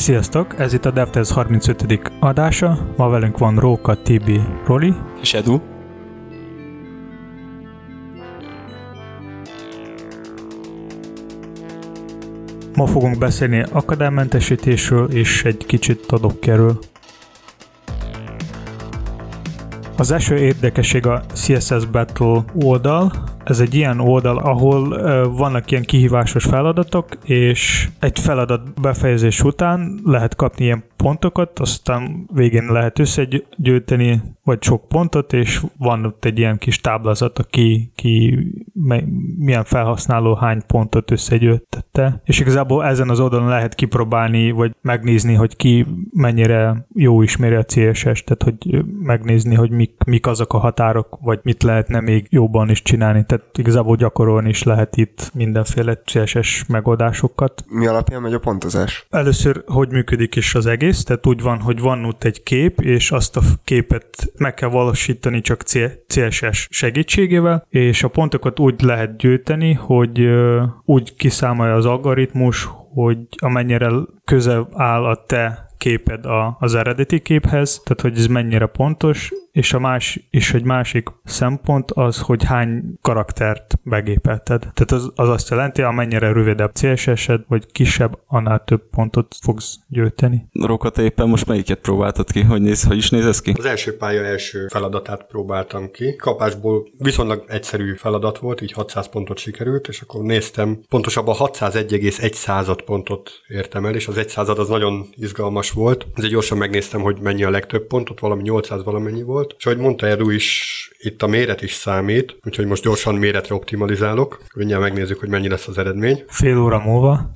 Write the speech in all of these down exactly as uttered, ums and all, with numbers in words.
Sziasztok! Ez itt a DevTales harmincötödik adása. Ma velünk van Róka, Tibi, Roli és Edu. Ma fogunk beszélni akadálymentesítésről és egy kicsit adokkerről. Az első érdekesség a C S S Battle oldal. Ez egy ilyen oldal, ahol uh, vannak ilyen kihívásos feladatok, és egy feladat befejezés után lehet kapni ilyen pontokat, aztán végén lehet összegyűjteni, vagy sok pontot, és van ott egy ilyen kis táblázat, aki ki, mely, milyen felhasználó hány pontot összegyűjtette. És igazából ezen az oldalon lehet kipróbálni, vagy megnézni, hogy ki mennyire jó ismeri a C S S, tehát hogy megnézni, hogy mik, mik azok a határok, vagy mit lehetne még jobban is csinálni. Tehát igazából gyakorolni is lehet itt mindenféle C S S megoldásokat. Mi alapján megy a pontozás? Először, hogy működik is az egész, tehát úgy van, hogy van ott egy kép, és azt a képet meg kell valósítani csak C S S segítségével, és a pontokat úgy lehet gyűjteni, hogy uh, úgy kiszámolja az algoritmus, hogy amennyire közel áll a te képed a, az eredeti képhez, tehát hogy ez mennyire pontos, és a más, és egy másik szempont az, hogy hány karaktert begépelted. Tehát az, az azt jelenti, amennyire rövidebb C S S-ed, vagy kisebb, annál több pontot fogsz gyűjteni. Róka, te éppen most melyiket próbáltad ki? Hogy, néz, hogy is néz ez ki? Az első pálya első feladatát próbáltam ki. Kapásból viszonylag egyszerű feladat volt, így hatszáz pontot sikerült, és akkor néztem, pontosabban hatszázegy egész egy század pontot értem el, és az egy század az nagyon izgalmas volt. Ezért gyorsan megnéztem, hogy mennyi a legtöbb pontot, valami nyolcszáz valamennyi volt. És ahogy mondta Edu is, itt a méret is számít, úgyhogy most gyorsan méretre optimalizálok. Mindjárt megnézzük, hogy mennyi lesz az eredmény. Fél óra múlva.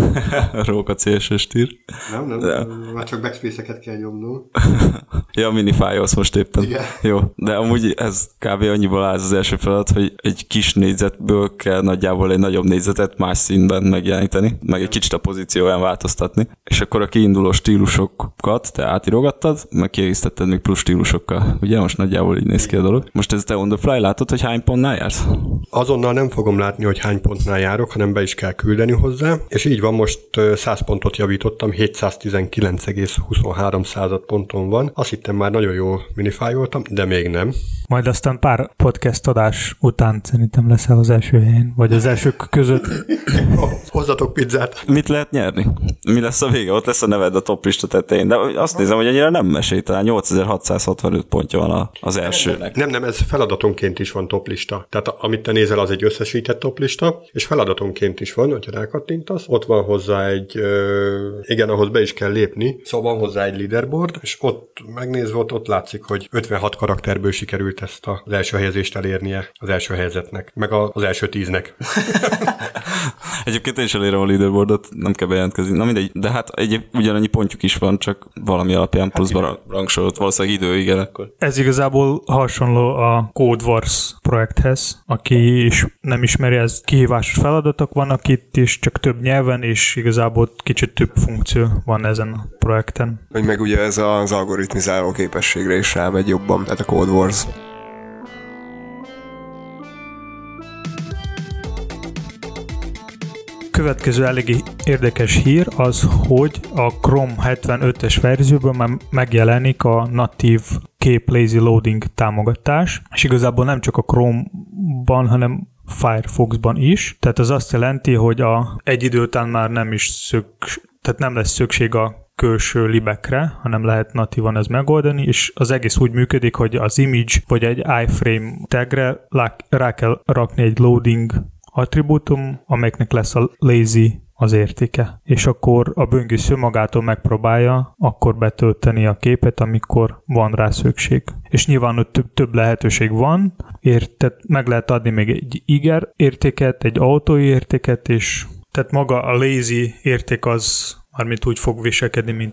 Róka C S S tír. Nem, nem, de... már csak backspace-eket kell nyomnom. Ja, minifájolsz most éppen. Igen. Jó, de amúgy ez kb. Annyiból áll az első feladat, hogy egy kis négyzetből kell nagyjából egy nagyobb négyzetet más színben megjeleníteni, meg egy kicsit a pozícióján változtatni, és akkor a kiinduló stílusokat te átírogattad, meg kiegészítetted még plusz stílusokkal. Ugye most nagyjából így néz ki a dolog. Most ez te on the fly látod, hogy hány pontnál jársz? Azonnal nem fogom látni, hogy hány pontnál járok, hanem be is kell küldeni hozzá, és így van, most száz pontot javítottam, hétszáztizenkilenc egész huszonhárom század ponton van. Azt hittem már nagyon jól minifájoltam, de még nem. Majd aztán pár podcast adás után szerintem leszel az első helyen, vagy az elsők között. Hozzatok pizzát. Mit lehet nyerni? Mi lesz a vége? Ott lesz a neved a toplista tetején, de azt nézem, hogy annyira nem mesél, talán nyolcezer-hatszázhatvanöt pontja van az elsőnek. Nem, nem, ez feladatonként is van toplista. Tehát amit te nézel, az egy összesített toplista, és feladatonként is van, hogyha rákattintasz. Ott van hozzá egy, ö, igen, ahhoz be is kell lépni, szóval van hozzá egy leaderboard, és ott megnézve, ott, ott látszik, hogy ötvenhat karakterből sikerült ezt az első helyezést elérnie az első helyzetnek, meg az első tíznek. Egyébként én is elérem a leaderboardot, nem kell bejelentkezni. Na mindegy, de hát egy, ugyanannyi pontjuk is van, csak valami alapján pluszban hát rangsorolt, valószínűleg idő, igen, akkor. Ez igazából hasonló a Code Wars projekthez, aki is nem ismeri, ez kihívásos feladatok vannak itt is, csak több nyelven, és igazából kicsit több funkció van ezen a projekten. Hogy meg ugye ez az algoritmizáló képességre is rámegy jobban, tehát a Code Wars. Következő eléggé érdekes hír az, hogy a Chrome hetvenötös verzióban már megjelenik a natív kép lazy loading támogatás, és igazából nem csak a Chrome-ban, hanem Firefox-ban is. Tehát az azt jelenti, hogy a, egy idő után már nem is szükség, tehát nem lesz szükség a külső libekre, hanem lehet natívan ez megoldani, és az egész úgy működik, hogy az image vagy egy iframe tagre rá kell rakni egy loading attribútum, amelyeknek lesz a lazy az értéke. És akkor a böngésző magától megpróbálja akkor betölteni a képet, amikor van rá szükség. És nyilván ott több, több lehetőség van, érted, meg lehet adni még egy iger értéket, egy auto értéket, és tehát maga a lazy érték az mármint úgy fog viselkedni, mint egy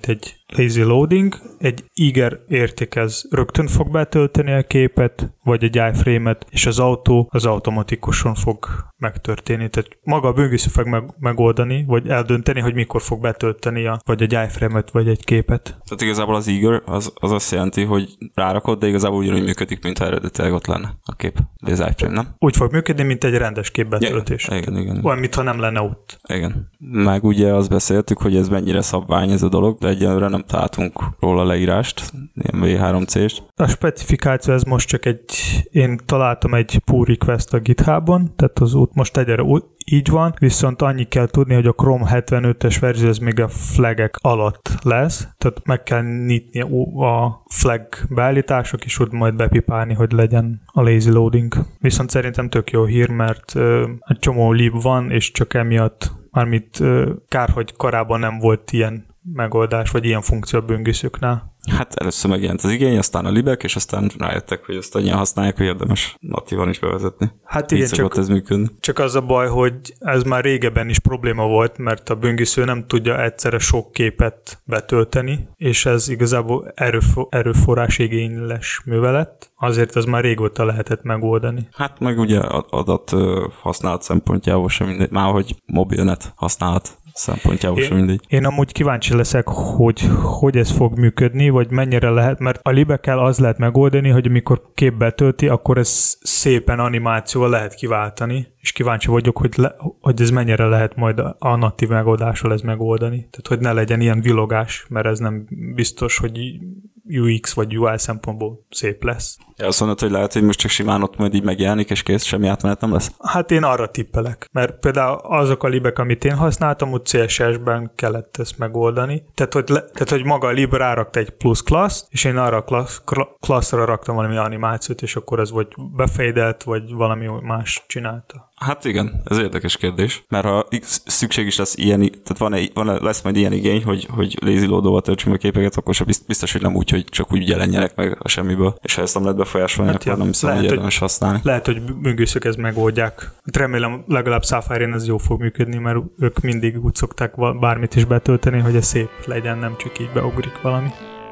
lazy loading, egy eager értékez rögtön fog betölteni a képet, vagy egy iframe-et, és az autó az automatikusan fog megtörténni. Tehát maga a böngésző fog meg, megoldani, vagy eldönteni, hogy mikor fog betölteni a, vagy egy iframe-et, vagy egy képet. Tehát igazából az eager az, az azt jelenti, hogy rárakod, de igazából ugyanúgy működik, mint ha eredetileg ott lenne a kép. De az iframe, nem? Úgy fog működni, mint egy rendes képbetöltés. Ja, igen, igen. Olyan, mintha nem lenne ott. Igen. Meg ugye azt beszéltük, hogy ez mennyire szabvány ez a dolog, de egyelőre nem találtunk róla leírást, ilyen vé három cé-st. A specifikáció ez most csak egy, én találtam egy pull request a GitHubon, tehát az út most egyre így van, viszont annyi kell tudni, hogy a Chrome hetvenötös verzió ez még a flagek alatt lesz, tehát meg kell nyitni a flag beállítások, és úgy majd bepipálni, hogy legyen a lazy loading. Viszont szerintem tök jó hír, mert uh, egy csomó lib van, és csak emiatt, mármint uh, kár, hogy korábban nem volt ilyen megoldás, vagy ilyen funkció a böngészőknál. Hát először megjelent az igény, aztán a libek, és aztán rájöttek, hogy ezt annyian használják, hogy érdemes natívan is bevezetni. Hát igen, csak, ez működni. Csak az a baj, hogy ez már régebben is probléma volt, mert a böngésző nem tudja egyszerre sok képet betölteni, és ez igazából erőfo- erőforrás igényles művelet, azért ez már régóta lehetett megoldani. Hát meg ugye adat használat szempontjából sem mindegy, már hogy mobilnet használat szempontjából sem mindegy. Én amúgy kíváncsi leszek, hogy hogy ez fog működni, vagy mennyire lehet, mert a libekkel az lehet megoldani, hogy amikor képbe tölti, akkor ez szépen animációval lehet kiváltani, és kíváncsi vagyok, hogy, le, hogy ez mennyire lehet majd a natív megoldással ez megoldani. Tehát, hogy ne legyen ilyen villogás, mert ez nem biztos, hogy u iksz vagy u i szempontból szép lesz. Ja, azt mondod, hogy lehet, hogy most csak simán ott majd így megjelenik, és kész, semmi átmenet nem lesz? Hát én arra tippelek, mert például azok a libek, amit én használtam, úgy cé es es-ben kellett ezt megoldani. Tehát, hogy, le, tehát, hogy maga a lib rárakta egy plusz class, és én arra a class, classra raktam valami animációt, és akkor ez vagy befejdelt, vagy valami más csinálta. Hát igen, ez érdekes kérdés, mert ha szükség is lesz ilyen, tehát van, egy, van lesz majd ilyen igény, hogy, hogy lazy loadolva töltsünk a képeket, akkor sem biztos, hogy nem úgy, hogy csak úgy jelenjenek meg a semmiből, és ha ezt nem lehet befolyásolni, hát akkor ja, nem hiszem, hogy érdemes használni. Lehet, hogy böngészők ezt megoldják. Remélem legalább Safari-n ez jó fog működni, mert ők mindig úgy szokták bármit is betölteni, hogy ez szép legyen, nem csak így beugrik valami.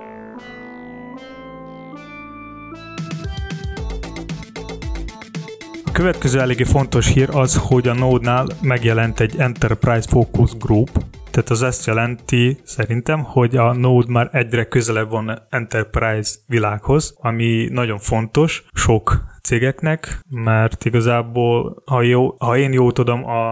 A következő eléggé fontos hír az, hogy a Node-nál megjelent egy Enterprise Focus Group, tehát az ezt jelenti szerintem, hogy a Node már egyre közelebb van Enterprise világhoz, ami nagyon fontos sok cégeknek, mert igazából, ha, jó, ha én jól tudom, a,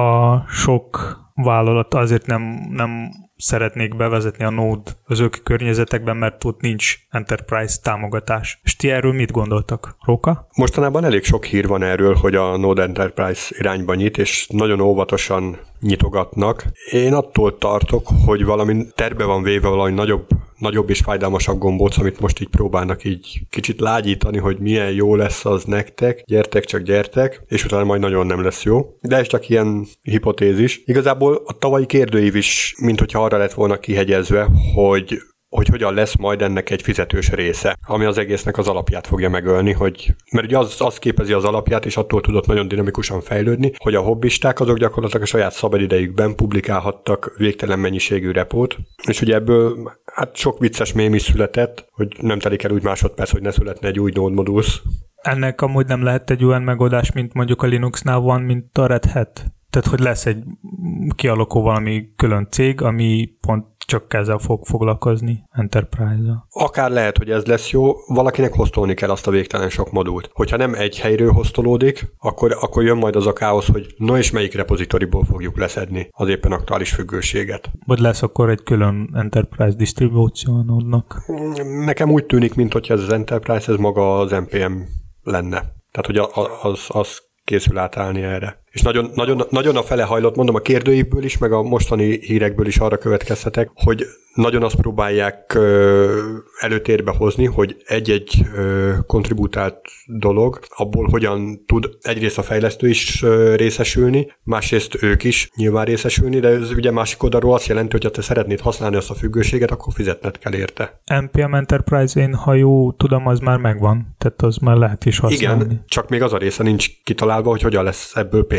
a sok vállalat azért nem, nem szeretnék bevezetni a Node az ők környezetekben, mert ott nincs Enterprise támogatás. És ti erről mit gondoltak, Róka? Mostanában elég sok hír van erről, hogy a Node Enterprise irányba nyit, és nagyon óvatosan nyitogatnak. Én attól tartok, hogy valami terve van véve valami nagyobb, nagyobb és fájdalmasabb gombóc, amit most így próbálnak így kicsit lágyítani, hogy milyen jó lesz az nektek, gyertek csak gyertek, és utána majd nagyon nem lesz jó. De ez csak ilyen hipotézis. Igazából a tavalyi kérdőív is, mint hogyha arra lett volna kihegyezve, hogy hogy hogyan lesz majd ennek egy fizetős része, ami az egésznek az alapját fogja megölni, hogy, mert ugye az, az képezi az alapját, és attól tudott nagyon dinamikusan fejlődni, hogy a hobbisták azok gyakorlatilag a saját szabadidejükben publikálhattak végtelen mennyiségű repót, és ugye ebből hát sok vicces mém is született, hogy nem telik el úgy másodperc, hogy ne születne egy új Node modulsz. Ennek amúgy nem lehet egy olyan megoldás, mint mondjuk a Linuxnál van, mint a Red Hat? Tehát, hogy lesz egy kialakul valami külön cég, ami pont csak ezzel fog foglalkozni, Enterprise-a. Akár lehet, hogy ez lesz jó, valakinek hostolni kell azt a végtelen sok modult. Hogyha nem egy helyről hostolódik, akkor, akkor jön majd az a káosz, hogy no és melyik repozitoriból fogjuk leszedni az éppen aktuális függőséget. Vagy lesz akkor egy külön Enterprise disztribúció a Node-nak? Nekem úgy tűnik, mintha ez az Enterprise, ez maga az en pé em lenne. Tehát, hogy az, az készül átállni erre. És nagyon, nagyon, nagyon a fele hajlott, mondom, a kérdőívből is, meg a mostani hírekből is arra következtetek, hogy nagyon azt próbálják ö, előtérbe hozni, hogy egy-egy ö, kontribútált dolog, abból hogyan tud egyrészt a fejlesztő is ö, részesülni, másrészt ők is nyilván részesülni, de ez ugye másik oldalról azt jelenti, hogy ha te szeretnéd használni azt a függőséget, akkor fizetned kell érte. en pé em Enterprise, én ha jó tudom, az már megvan, tehát az már lehet is használni. Igen, csak még az a része nincs kitalálva, hogy hogyan lesz ebből pénz.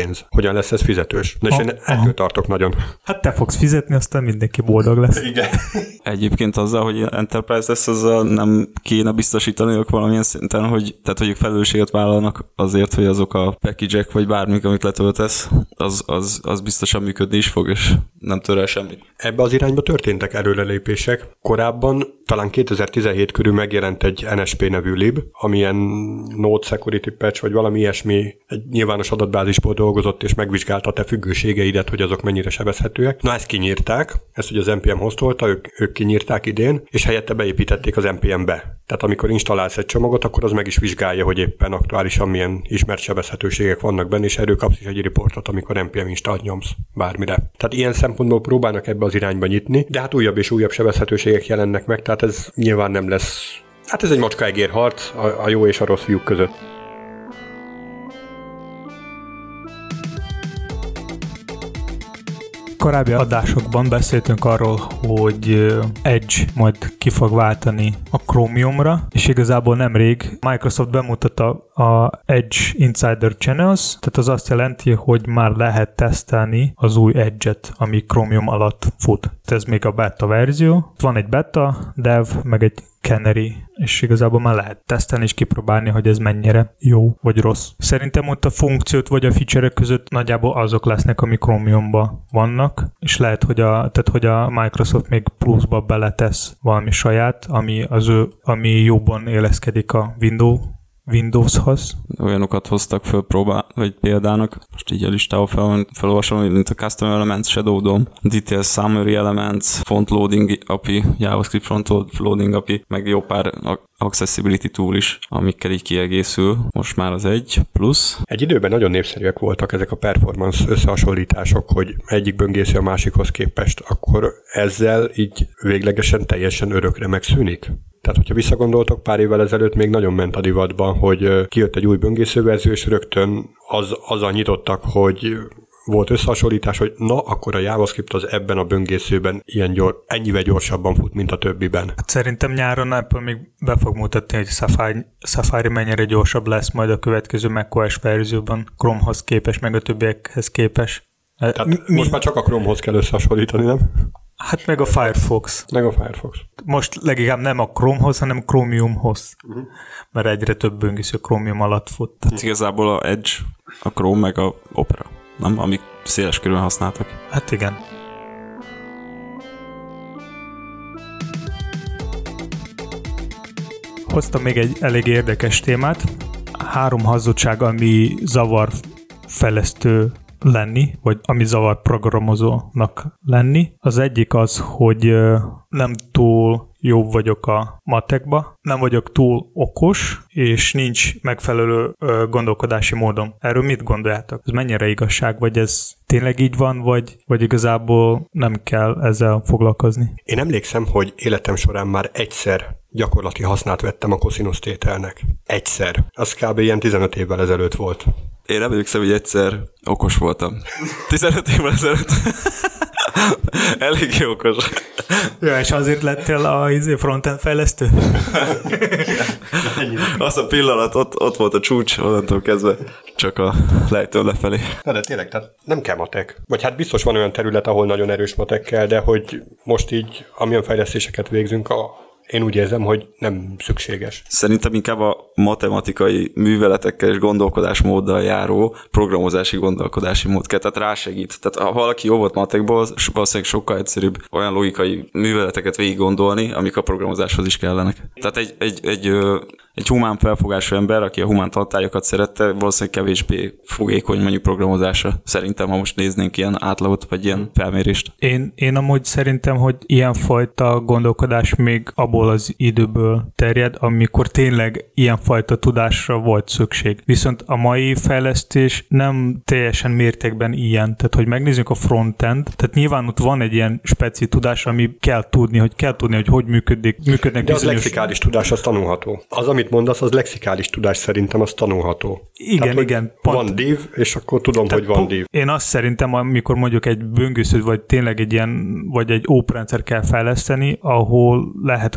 pénz. Hogyan lesz ez fizetős? Na és én ettől tartok nagyon. Hát te fogsz fizetni, aztán mindenki boldog lesz. Igen. Egyébként azzal, hogy Enterprise lesz, azzal nem kéne biztosítani ők valamilyen szinten, hogy, tehát, hogy ők felelősséget vállalnak azért, hogy azok a package-ek, vagy bármik, amit letöltesz, az, az, az biztosan működni is fog, és nem tör el semmit. Ebbe az irányba történtek előrelépések. Korábban, talán kétezer-tizenhét körül megjelent egy en es pé nevű lib, amilyen Node Security Patch, vagy valami ilyesmi, egy nyilvános adatbázisból dolgozott, és megvizsgálta a te függőségeidet, hogy azok mennyire sebezhetőek. Na, ezt kinyírták, ezt ugye az en pé em hostolta, ők, ők kinyírták idén, és helyette beépítették az en pé em-be. Tehát amikor installálsz egy csomagot, akkor az meg is vizsgálja, hogy éppen aktuálisan milyen ismert sebezhetőségek vannak benne, és erről kapsz is egy riportot, amikor en pé em installt nyomsz bármire. Tehát ilyen szempontból próbálnak ebbe az irányba nyitni, de hát újabb és újabb sebezhetőségek jelennek meg, tehát ez nyilván nem lesz. Hát ez egy macska-egér harc a, a jó és a rossz fiúk között. Korábbi adásokban beszéltünk arról, hogy Edge majd ki fog váltani a Chromiumra, és igazából nemrég Microsoft bemutatta a Edge Insider Channels, tehát az azt jelenti, hogy már lehet tesztelni az új Edge-et, ami Chromium alatt fut. Ez még a beta verzió. Van egy beta, dev, meg egy canary, és igazából már lehet tesztelni és kipróbálni, hogy ez mennyire jó vagy rossz. Szerintem ott a funkciót vagy a feature-ek között nagyjából azok lesznek, ami Chromiumban vannak, és lehet, hogy a, tehát, hogy a Microsoft még pluszba beletesz valami saját, ami, az ő, ami jobban éleszkedik a Windows Windowshoz. Olyanokat hoztak föl próbál, vagy példának, most így a listába fel, felolvasom, mint a Custom Elements, Shadow D O M, Details Summary Elements, Font Loading á pé i, JavaScript Font Loading á pé i, meg jó pár Accessibility Tool is, amikkel így kiegészül. Most már az egy plusz. Egy időben nagyon népszerűek voltak ezek a performance összehasonlítások, hogy egyik böngésző a másikhoz képest, akkor ezzel így véglegesen teljesen örökre megszűnik? Tehát, hogyha visszagondoltok, pár évvel ezelőtt még nagyon ment a divatban, hogy kijött egy új böngészőverzió, és rögtön az, azzal nyitottak, hogy volt összehasonlítás, hogy na, akkor a JavaScript az ebben a böngészőben ilyen gyors, ennyivel gyorsabban fut, mint a többiben. Hát szerintem nyáron Apple még be fog mutatni, hogy Safari, Safari mennyire gyorsabb lesz majd a következő macOS verzióban, Chromehoz képest, meg a többiekhez képest. Tehát mi? Most már csak a Chromehoz kell összehasonlítani, nem? Hát meg a Firefox. Meg a Firefox. Most leginkább nem a Chromehoz, hanem Chromiumhoz. Uh-huh. Mert egyre több böngésző Chromium alatt fut. Hát igazából a Edge, a Chrome meg a Opera, nem? Amik széles körülön használtak. Hát igen. Hoztam még egy elég érdekes témát. Három hazudság, ami zavar fejlesztő lenni, vagy ami zavar programozónak lenni. Az egyik az, hogy nem túl jó vagyok a matekba, nem vagyok túl okos, és nincs megfelelő gondolkodási módom. Erről mit gondoljátok? Ez mennyire igazság, vagy ez tényleg így van, vagy, vagy igazából nem kell ezzel foglalkozni? Én emlékszem, hogy életem során már egyszer gyakorlati hasznát vettem a koszinusz tételnek. Egyszer. Az kb. Ilyen tizenöt évvel ezelőtt volt. Én emlékszem, hogy egyszer okos voltam. tizenöt évvel ezelőtt. Eléggé okos. Ja, és azért lettél a frontend fejlesztő? Azt a pillanat, ott, ott volt a csúcs, onnantól kezdve csak a lejtől lefelé. Na de tényleg, tehát nem kell matek. Vagy hát biztos van olyan terület, ahol nagyon erős matek kell, de hogy most így, amilyen fejlesztéseket végzünk, a én úgy érzem, hogy nem szükséges. Szerintem inkább a matematikai műveletekkel és gondolkodásmóddal járó programozási gondolkodási mód kell, tehát rásegít. Tehát ha valaki jó volt matekból, valószínűleg sokkal egyszerűbb olyan logikai műveleteket végig gondolni, amik a programozáshoz is kellenek. Tehát egy, egy, egy, egy humán felfogású ember, aki a humán tantárgyakat szerette, valószínűleg kevésbé fogékony mondjuk programozásra. Szerintem, ha most néznénk ilyen átlagot, vagy ilyen felmérést. Én, én amúgy szerintem, hogy ilyenfajta gondolkodás még abból az időből terjed, amikor tényleg ilyenfajta tudásra volt szükség. Viszont a mai fejlesztés nem teljesen mértékben ilyen. Tehát, hogy megnézzük a frontend, tehát nyilván ott van egy ilyen speci tudás, ami kell tudni, hogy kell tudni, hogy hogy működik, működnek de bizonyos... az lexikális tudás, az tanulható. Az, amit mondasz, az lexikális tudás szerintem, az tanulható. Igen, tehát, igen. Pont. Van div, és akkor tudom, tehát hogy van div. Én azt szerintem, amikor mondjuk egy böngészőt, vagy tényleg egy ilyen, vagy egy óperendszer kell fejleszteni, ahol lehet, hogy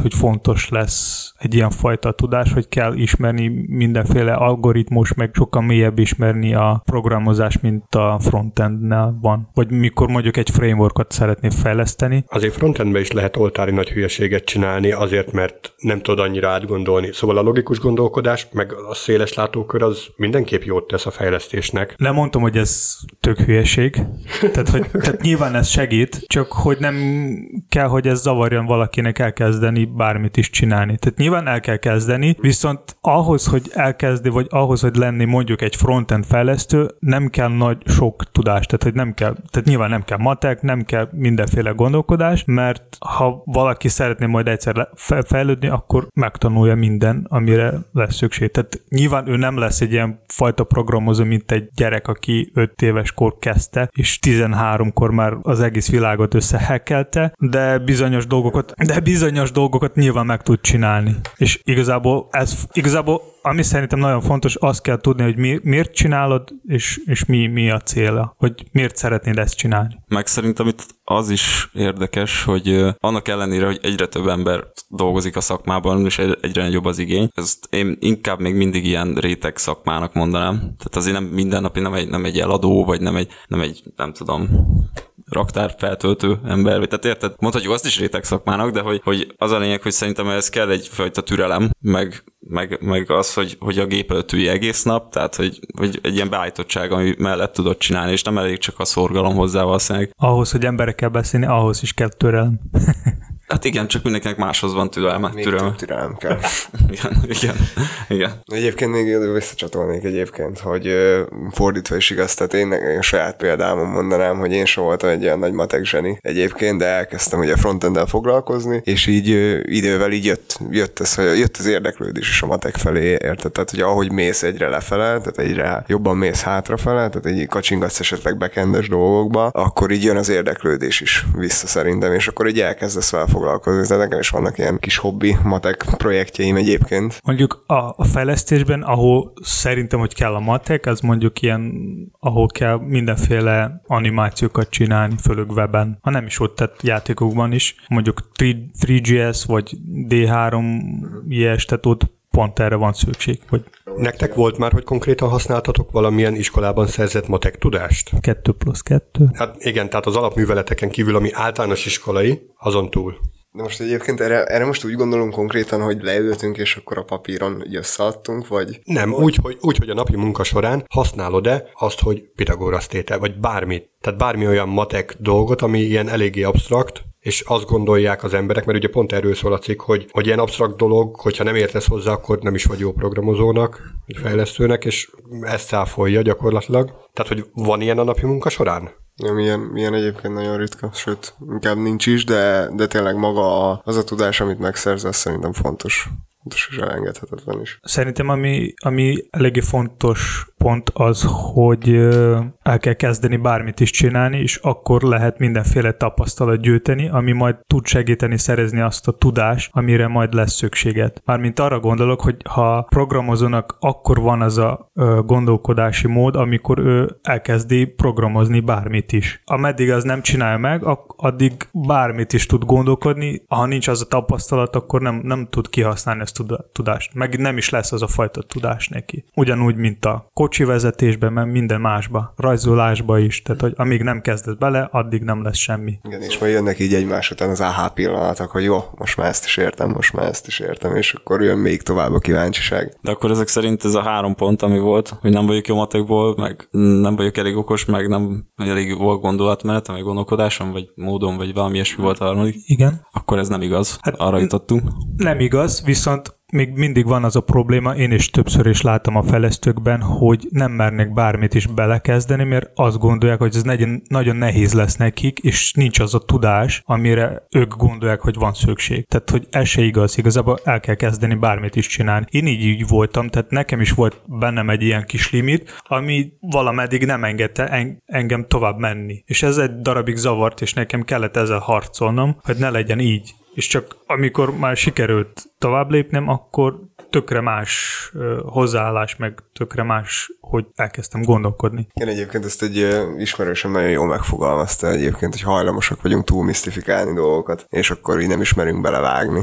hogy fontos lesz egy ilyen fajta tudás, hogy kell ismerni mindenféle algoritmus, meg sokkal mélyebb ismerni a programozás, mint a frontendnál van. Vagy mikor mondjuk egy frameworkot szeretnél fejleszteni. Azért frontendben is lehet oltári nagy hülyeséget csinálni, azért, mert nem tud annyira átgondolni. Szóval a logikus gondolkodás, meg a széles látókör az mindenképp jót tesz a fejlesztésnek. Nem mondtam, hogy ez tök hülyeség. tehát, hogy, tehát nyilván ez segít, csak hogy nem kell, hogy ez zavarjon valakinek elkezdeni bármit is csinálni. Tehát nyilván el kell kezdeni, viszont ahhoz, hogy elkezdi, vagy ahhoz, hogy lenni mondjuk egy frontend fejlesztő, nem kell nagy sok tudás, tehát hogy nem kell, tehát nyilván nem kell matek, nem kell mindenféle gondolkodás, mert ha valaki szeretné majd egyszer fejlődni, akkor megtanulja minden, amire lesz szükség. Tehát nyilván ő nem lesz egy ilyen fajta programozó, mint egy gyerek, aki öt éves kor kezdte, és tizenháromkor már az egész világot összehekkelte, de bizonyos dolgokat, de bizonyos dolgokat nyilván meg tud csinálni. És igazából ez, igazából ami szerintem nagyon fontos, azt kell tudni, hogy mi, miért csinálod, és, és mi, mi a célja, hogy miért szeretnéd ezt csinálni. Meg szerintem itt az is érdekes, hogy annak ellenére, hogy egyre több ember dolgozik a szakmában, és egyre nagyobb az igény, ezt én inkább még mindig ilyen réteg szakmának mondanám. Tehát azért nem mindennapi, nem egy, nem egy eladó, vagy nem egy, nem egy, nem tudom, raktár feltöltő ember, vagy tehát érted? Mondhatjuk azt is réteg szakmának, de hogy, hogy az a lényeg, hogy szerintem ez kell egyfajta türelem, meg, meg, meg az, hogy, hogy a gép előtt ülj egész nap, tehát hogy, hogy egy ilyen beállítottság, ami mellett tudod csinálni, és nem elég csak a szorgalom hozzá valószínűleg. Ahhoz, hogy emberekkel beszélni, ahhoz is kell türelem. Hát igen, csak mindenkinek máshoz van türelme. Még türelme. több türelem kell. igen, igen, igen. Egyébként még visszacsatolnék egyébként, hogy fordítva is igaz, tehát én, én saját példámon mondanám, hogy én sem voltam egy olyan nagy matek zseni egyébként, de elkezdtem ugye frontenddel foglalkozni, és így idővel így jött, jött, ez, hogy jött az érdeklődés is a matek felé, érted? Tehát, hogy ahogy mész egyre lefele, tehát egyre jobban mész hátrafele, tehát egy kacsingatsz esetleg back-endes dolgokba, akkor így jön az érdeklődés is vissza szerintem, és akkor így elkezdesz vele foglalkozni. Tehát nekem is vannak ilyen kis hobbi matek projektjeim egyébként. Mondjuk a, a fejlesztésben, ahol szerintem, hogy kell a matek, az mondjuk ilyen, ahol kell mindenféle animációkat csinálni, főleg webben. Ha nem is ott, tehát játékokban is. Mondjuk három gé es vagy dé három i es, tehát ott pont erre van szükség. Hogy nektek volt már, hogy konkrétan használtatok valamilyen iskolában szerzett matek tudást? Kettő plusz kettő. Hát igen, tehát az alapműveleteken kívül, ami általános iskolai, azon túl. De most egyébként erre, erre most úgy gondolunk konkrétan, hogy leültünk, és akkor a papíron így összeadtunk, vagy... Nem, úgy hogy, úgy, hogy a napi munka során használod-e azt, hogy Pitagórasz tétel, vagy bármit. Tehát bármi olyan matek dolgot, ami ilyen eléggé absztrakt, és azt gondolják az emberek, mert ugye pont erről szól a cikk, hogy, hogy ilyen absztrakt dolog, hogyha nem értesz hozzá, akkor nem is vagy jó programozónak, vagy fejlesztőnek, és ezt cáfolja gyakorlatilag. Tehát, hogy van ilyen a napi munka során? Nem, ilyen, ilyen egyébként nagyon ritka, sőt, inkább nincs is, de, de tényleg maga a, az a tudás, amit megszerzel, szerintem fontos. Fontos és elengedhetetlen is. Szerintem ami, ami eléggé fontos pont az, hogy el kell kezdeni bármit is csinálni, és akkor lehet mindenféle tapasztalat gyűjteni, ami majd tud segíteni szerezni azt a tudást, amire majd lesz szükséged. Mármint arra gondolok, hogy ha programozónak akkor van az a gondolkodási mód, amikor ő elkezdi programozni bármit is. Ameddig az nem csinálja meg, addig bármit is tud gondolkodni, ha nincs az a tapasztalat, akkor nem, nem tud kihasználni ezt a tudást. Meg nem is lesz az a fajta tudás neki. Ugyanúgy, mint a kocsi vezetésben, mert minden másba, rajzolásba is, tehát hogy amíg nem kezdesz bele, addig nem lesz semmi. Igen, és majd jönnek így egymás után az áhá pillanatok, hogy jó, most már ezt is értem, most már ezt is értem, és akkor jön még tovább a kíváncsiság. De akkor ezek szerint ez a három pont, ami volt, hogy nem vagyok jó matekból, meg nem vagyok elég okos, meg nem elég volt gondolatmenetem, vagy gondolkodásom, vagy módon, vagy valami ilyesmi volt a harmadik. Igen. Akkor ez nem igaz. Hát arra jutottunk. Nem igaz, viszont még mindig van az a probléma, én is többször is látom a fejlesztőkben, hogy nem mernek bármit is belekezdeni, mert azt gondolják, hogy ez nagyon, nagyon nehéz lesz nekik, és nincs az a tudás, amire ők gondolják, hogy van szükség. Tehát, hogy ez se igaz, igazából el kell kezdeni bármit is csinálni. Én így, így voltam, tehát nekem is volt bennem egy ilyen kis limit, ami valameddig nem engedte en- engem tovább menni. És ez egy darabig zavart, és nekem kellett ezzel harcolnom, hogy ne legyen így. És csak amikor már sikerült tovább lépnem, akkor tökre más uh, hozzáállás, meg tökre más, hogy elkezdtem gondolkodni. Igen, egyébként ezt egy uh, ismerősöm nagyon jól megfogalmazta egyébként, hogy hajlamosak vagyunk túl misztifikálni dolgokat, és akkor így nem ismerünk belevágni.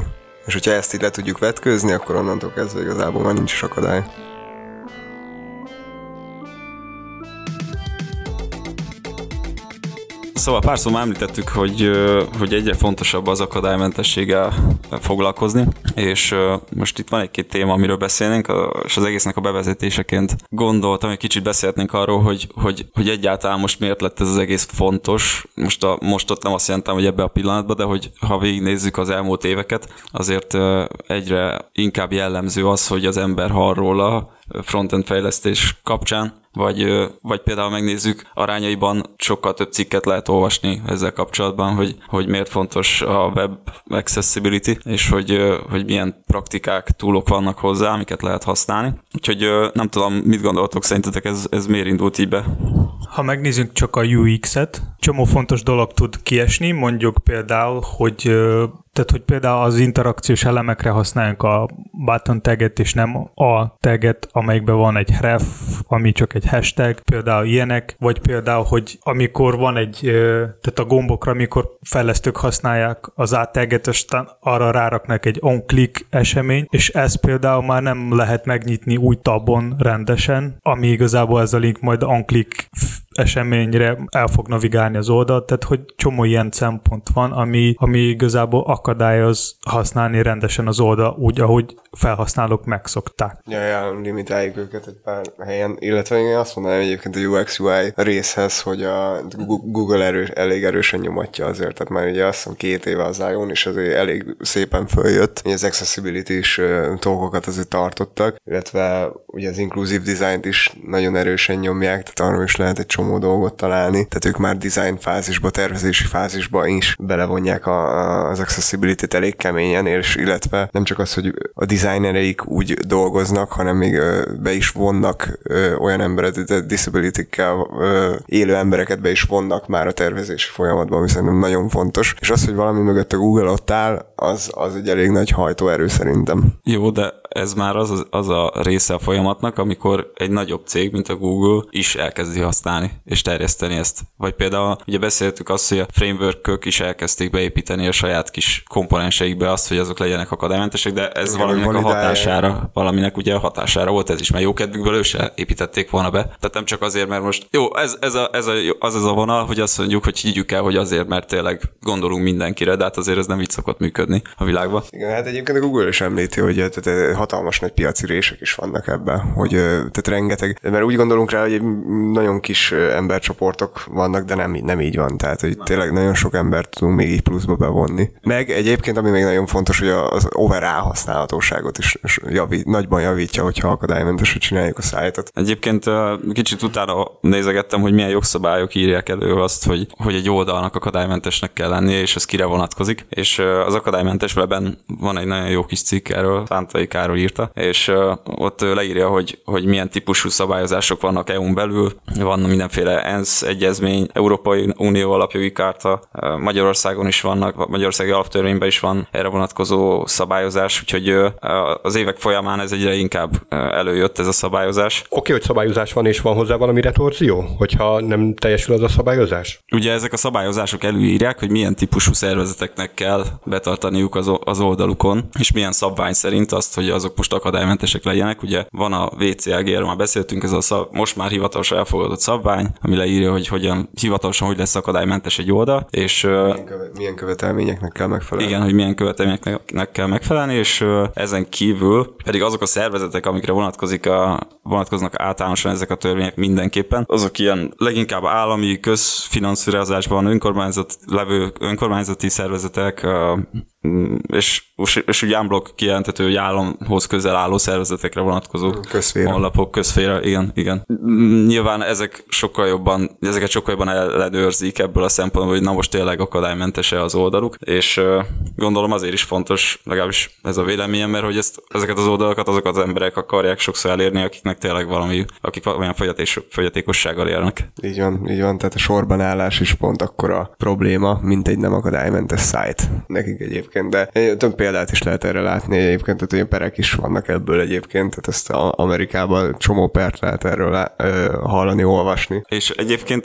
És hogyha ezt így le tudjuk vetkőzni, akkor onnantól kezdve igazából már nincs is akadály. Szóval pár szóval említettük, hogy, hogy egyre fontosabb az akadálymentességgel foglalkozni, és most itt van egy-két téma, amiről beszélnénk, és az egésznek a bevezetéseként gondoltam, hogy kicsit beszélhetnénk arról, hogy, hogy, hogy egyáltalán most miért lett ez az egész fontos. Most, a, most ott nem azt jelentem, hogy ebbe a pillanatban, de hogy ha végignézzük az elmúlt éveket, azért egyre inkább jellemző az, hogy az ember hall róla frontend fejlesztés kapcsán, vagy, vagy például megnézzük, arányaiban sokkal több cikket lehet olvasni ezzel kapcsolatban, hogy, hogy miért fontos a web accessibility, és hogy, hogy milyen praktikák, túlok vannak hozzá, amiket lehet használni. Úgyhogy nem tudom, mit gondoltok, szerintetek ez, ez miért indult így be? Ha megnézzük csak a u iksz-et, csomó fontos dolog tud kiesni, mondjuk például, hogy Tehát, hogy például az interakciós elemekre használjunk a button taget, és nem a taget, amelyikben van egy href, ami csak egy hashtag, például ilyenek, vagy például, hogy amikor van egy, tehát a gombokra, amikor fejlesztők használják az a taget, aztán arra ráraknak egy on-click esemény, és ez például már nem lehet megnyitni új tabon rendesen, ami igazából ez a link majd on-click eseményre el fog navigálni az oldalt, tehát hogy csomó ilyen szempont van, ami, ami igazából akadályoz használni rendesen az oldal úgy, ahogy felhasználók megszokták. Ja, ja, limitáljuk őket egy pár helyen, illetve én azt mondanám egyébként a u iksz u i részhez, hogy a Google erős, elég erősen nyomatja azért, tehát már ugye azt hiszem két éve az i o-n, és azért elég szépen följött, hogy az accessibility-s dolgokat azért tartottak, illetve ugye az inclusive design-t is nagyon erősen nyomják, tehát arra is lehet egy csomó dolgot találni, tehát ők már design fázisba, tervezési fázisba is belevonják a, a, az accessibility-t elég keményen, és illetve nem csak az, hogy a designereik úgy dolgoznak, hanem még ö, be is vonnak ö, olyan embereket, disability-kkel ö, élő embereket be is vonnak már a tervezési folyamatban, ami szerintem nagyon fontos. És az, hogy valami mögött a Google ott áll, az, az egy elég nagy hajtóerő szerintem. Jó, de ez már az, az a része a folyamatnak, amikor egy nagyobb cég, mint a Google is elkezdi használni és terjeszteni ezt. Vagy például ugye beszéltük azt, hogy a framework-ök is elkezdték beépíteni a saját kis komponenseikbe azt, hogy azok legyenek akadálymentesek, de ez igen, valaminek a hatására, valaminek ugye a hatására volt ez is, mert jó kedvükből ő se építették volna be. Tehát nem csak azért, mert most jó, ez, ez, a, ez a, az az a vonal, hogy azt mondjuk, hogy higgyük el, hogy azért, mert tényleg gondolunk mindenkire, de hát azért ez nem így szokott működni a világban. Igen, hát egyébként a Google is említi, hogy tehát hatalmas nagy piaci rések is vannak ebben, hogy tehát rengeteg, mert úgy gondolunk rá, hogy nagyon kis embercsoportok vannak, de nem, nem így van, tehát hogy tényleg nagyon sok embert tudunk még így pluszba bevonni. Meg egyébként, ami még nagyon fontos, hogy az overall használhatóságot is javít, nagyban javítja, hogyha akadálymentes, csináljuk a szájtot. Egyébként kicsit utána nézegettem, hogy milyen jogszabályok írják elő azt, hogy, hogy egy oldalnak akadálymentesnek kell lennie, és ez kire vonatkozik. És az akadálymentes webben van egy nagyon jó kis cikk erről, Szántai Károly írta, és ott leírja, hogy, hogy milyen típusú szabályozások vannak é u-n belül, van mindenféle ENSZ egyezmény, Európai Unió alapjogi kárta, Magyarországon is vannak, Magyarországi alaptörvényben is van erre vonatkozó szabályozás, úgyhogy az évek folyamán ez egyre inkább előjött ez a szabályozás. Oké, okay, hogy szabályozás van, és van hozzá valami retorzió, hogyha nem teljesül az a szabályozás? Ugye ezek a szabályozások előírják, hogy milyen típusú szervezeteknek kell betartaniuk az, az oldalukon, és milyen szabvány szerint azt, hogy azok most akadálymentesek legyenek. Ugye van a vé cé á gé, erről már beszéltünk, ez a szab, most már hivatalosan elfogadott szabvány, ami leírja, hogy hogyan hivatalosan hogy lesz akadálymentes egy oldal, és milyen, köve, milyen követelményeknek kell megfelelni. Igen, hogy milyen követelményeknek kell megfelelni, és ezen kívül pedig azok a szervezetek, amikre vonatkozik a, vonatkoznak általánosan ezek a törvények mindenképpen, azok ilyen leginkább állami közfinanszírozásban önkormányzat levő önkormányzati szervezetek, és, és úgy unblock kijelentető, hogy államhoz közel álló szervezetekre vonatkozó közféra. honlapok, közféra, igen, igen. Nyilván ezek sokkal jobban, ezeket sokkal jobban ellenőrzik ebből a szempontból, hogy na most tényleg akadálymentese az oldaluk, és gondolom azért is fontos, legalábbis ez a véleményem, mert hogy ezt, ezeket az oldalakat azokat az emberek akarják sokszor elérni, akiknek tényleg valami, akik olyan fogyatékossággal élnek. Így van, így van, tehát a sorban állás is pont akkora probléma, mint egy nem akadálymentes szájt nekik egyébként. De több példát is lehet erre látni egyébként, tehát olyan perek is vannak ebből egyébként, tehát ezt a Amerikában csomó pert lehet erről lá- hallani, olvasni. És egyébként a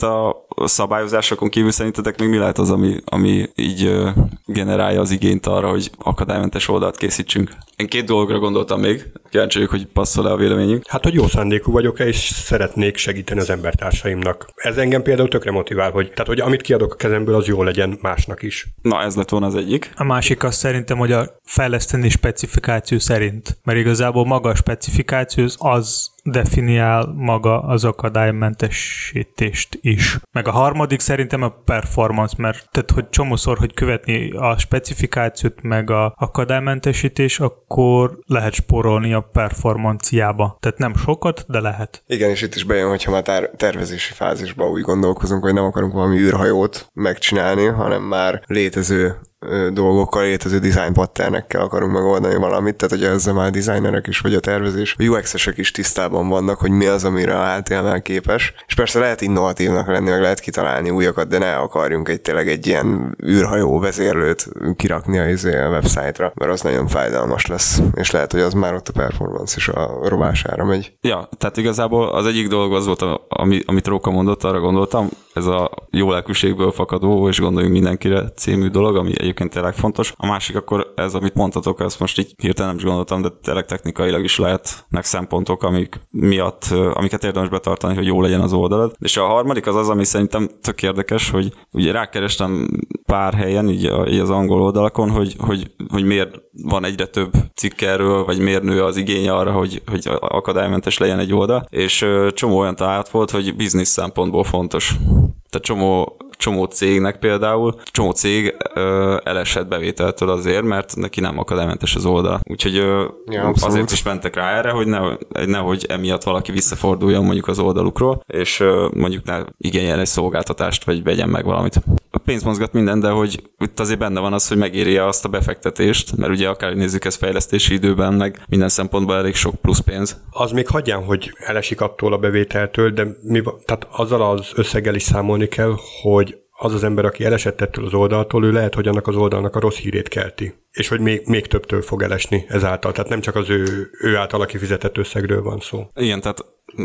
szabályozásokon kívül szerintetek még mi lehet az, ami, ami így uh, generálja az igényt arra, hogy akadálymentes oldalt készítsünk? Én két dologra gondoltam még, kíváncsi vagyok, hogy passzol-e a véleményünk. Hát, hogy jó szándékú vagyok-e, és szeretnék segíteni az embertársaimnak. Ez engem például tökre motivál, hogy, tehát, hogy amit kiadok a kezemből, az jó legyen másnak is. Na, ez lett volna az egyik. A másik az szerintem, hogy a fejleszteni specifikáció szerint, mert igazából maga a specifikáció az definiál maga az akadálymentesítést is. Meg a harmadik szerintem a performance, mert tehát, hogy csomószor, hogy követni a specifikációt meg a akadálymentesítés, akkor lehet spórolni a performanciába. Tehát nem sokat, de lehet. Igen, és itt is bejön, hogyha már tár- tervezési fázisban úgy gondolkozunk, hogy nem akarunk valami űrhajót megcsinálni, hanem már létező dolgokkal, létező design patternekkel akarunk megoldani valamit, tehát hogy ezzel már a designerek is, vagy a tervezés, a u exesek is tisztában vannak, hogy mi az, amire a há té em el képes, és persze lehet innovatívnak lenni, meg lehet kitalálni újakat, de ne akarjunk egy tényleg egy ilyen űrhajó vezérlőt kirakni a, a website-ra, mert az nagyon fájdalmas lesz, és lehet, hogy az már ott a performance is a rovására megy. Ja, tehát igazából az egyik dolog az volt, ami, amit Róka mondott, arra gondoltam, ez a jó lelkűségből fakadó, és gondoljunk mindenkire című dolog, ami egyébként tényleg fontos. A másik akkor ez, amit mondtatok, ezt most így hirtelen nem is gondoltam, de tényleg technikailag is lehetnek szempontok, amik miatt, amiket érdemes betartani, hogy jó legyen az oldalad. És a harmadik az az, ami szerintem tök érdekes, hogy ugye rákerestem pár helyen, így, a, így az angol oldalakon, hogy, hogy, hogy miért van egyre több cikk erről, vagy miért nő az igény arra, hogy, hogy akadálymentes legyen egy oldal, és csomó olyan találat volt, hogy biznisz szempontból fontos. Tehát csomó, csomó cégnek például, csomó cég ö, elesett bevételtől azért, mert neki nem akadálymentes az oldal. Úgyhogy ö, ja, azért is mentek rá erre, hogy ne, nehogy emiatt valaki visszaforduljon mondjuk az oldalukról, és ö, mondjuk ne igényeljen egy szolgáltatást, vagy vegyen meg valamit. A pénz mozgat minden, de hogy itt azért benne van az, hogy megéri azt a befektetést, mert ugye akár nézzük ezt fejlesztési időben, meg minden szempontból elég sok plusz pénz. Az még hagyján, hogy elesik attól a bevételtől, de mi, tehát azzal az összeggel is számolni kell, hogy az az ember, aki elesett ettől az oldaltól, ő lehet, hogy annak az oldalnak a rossz hírét kelti. És hogy még, még többtől fog elesni ezáltal. Tehát nem csak az ő, ő által kifizetett összegről van szó. Igen, tehát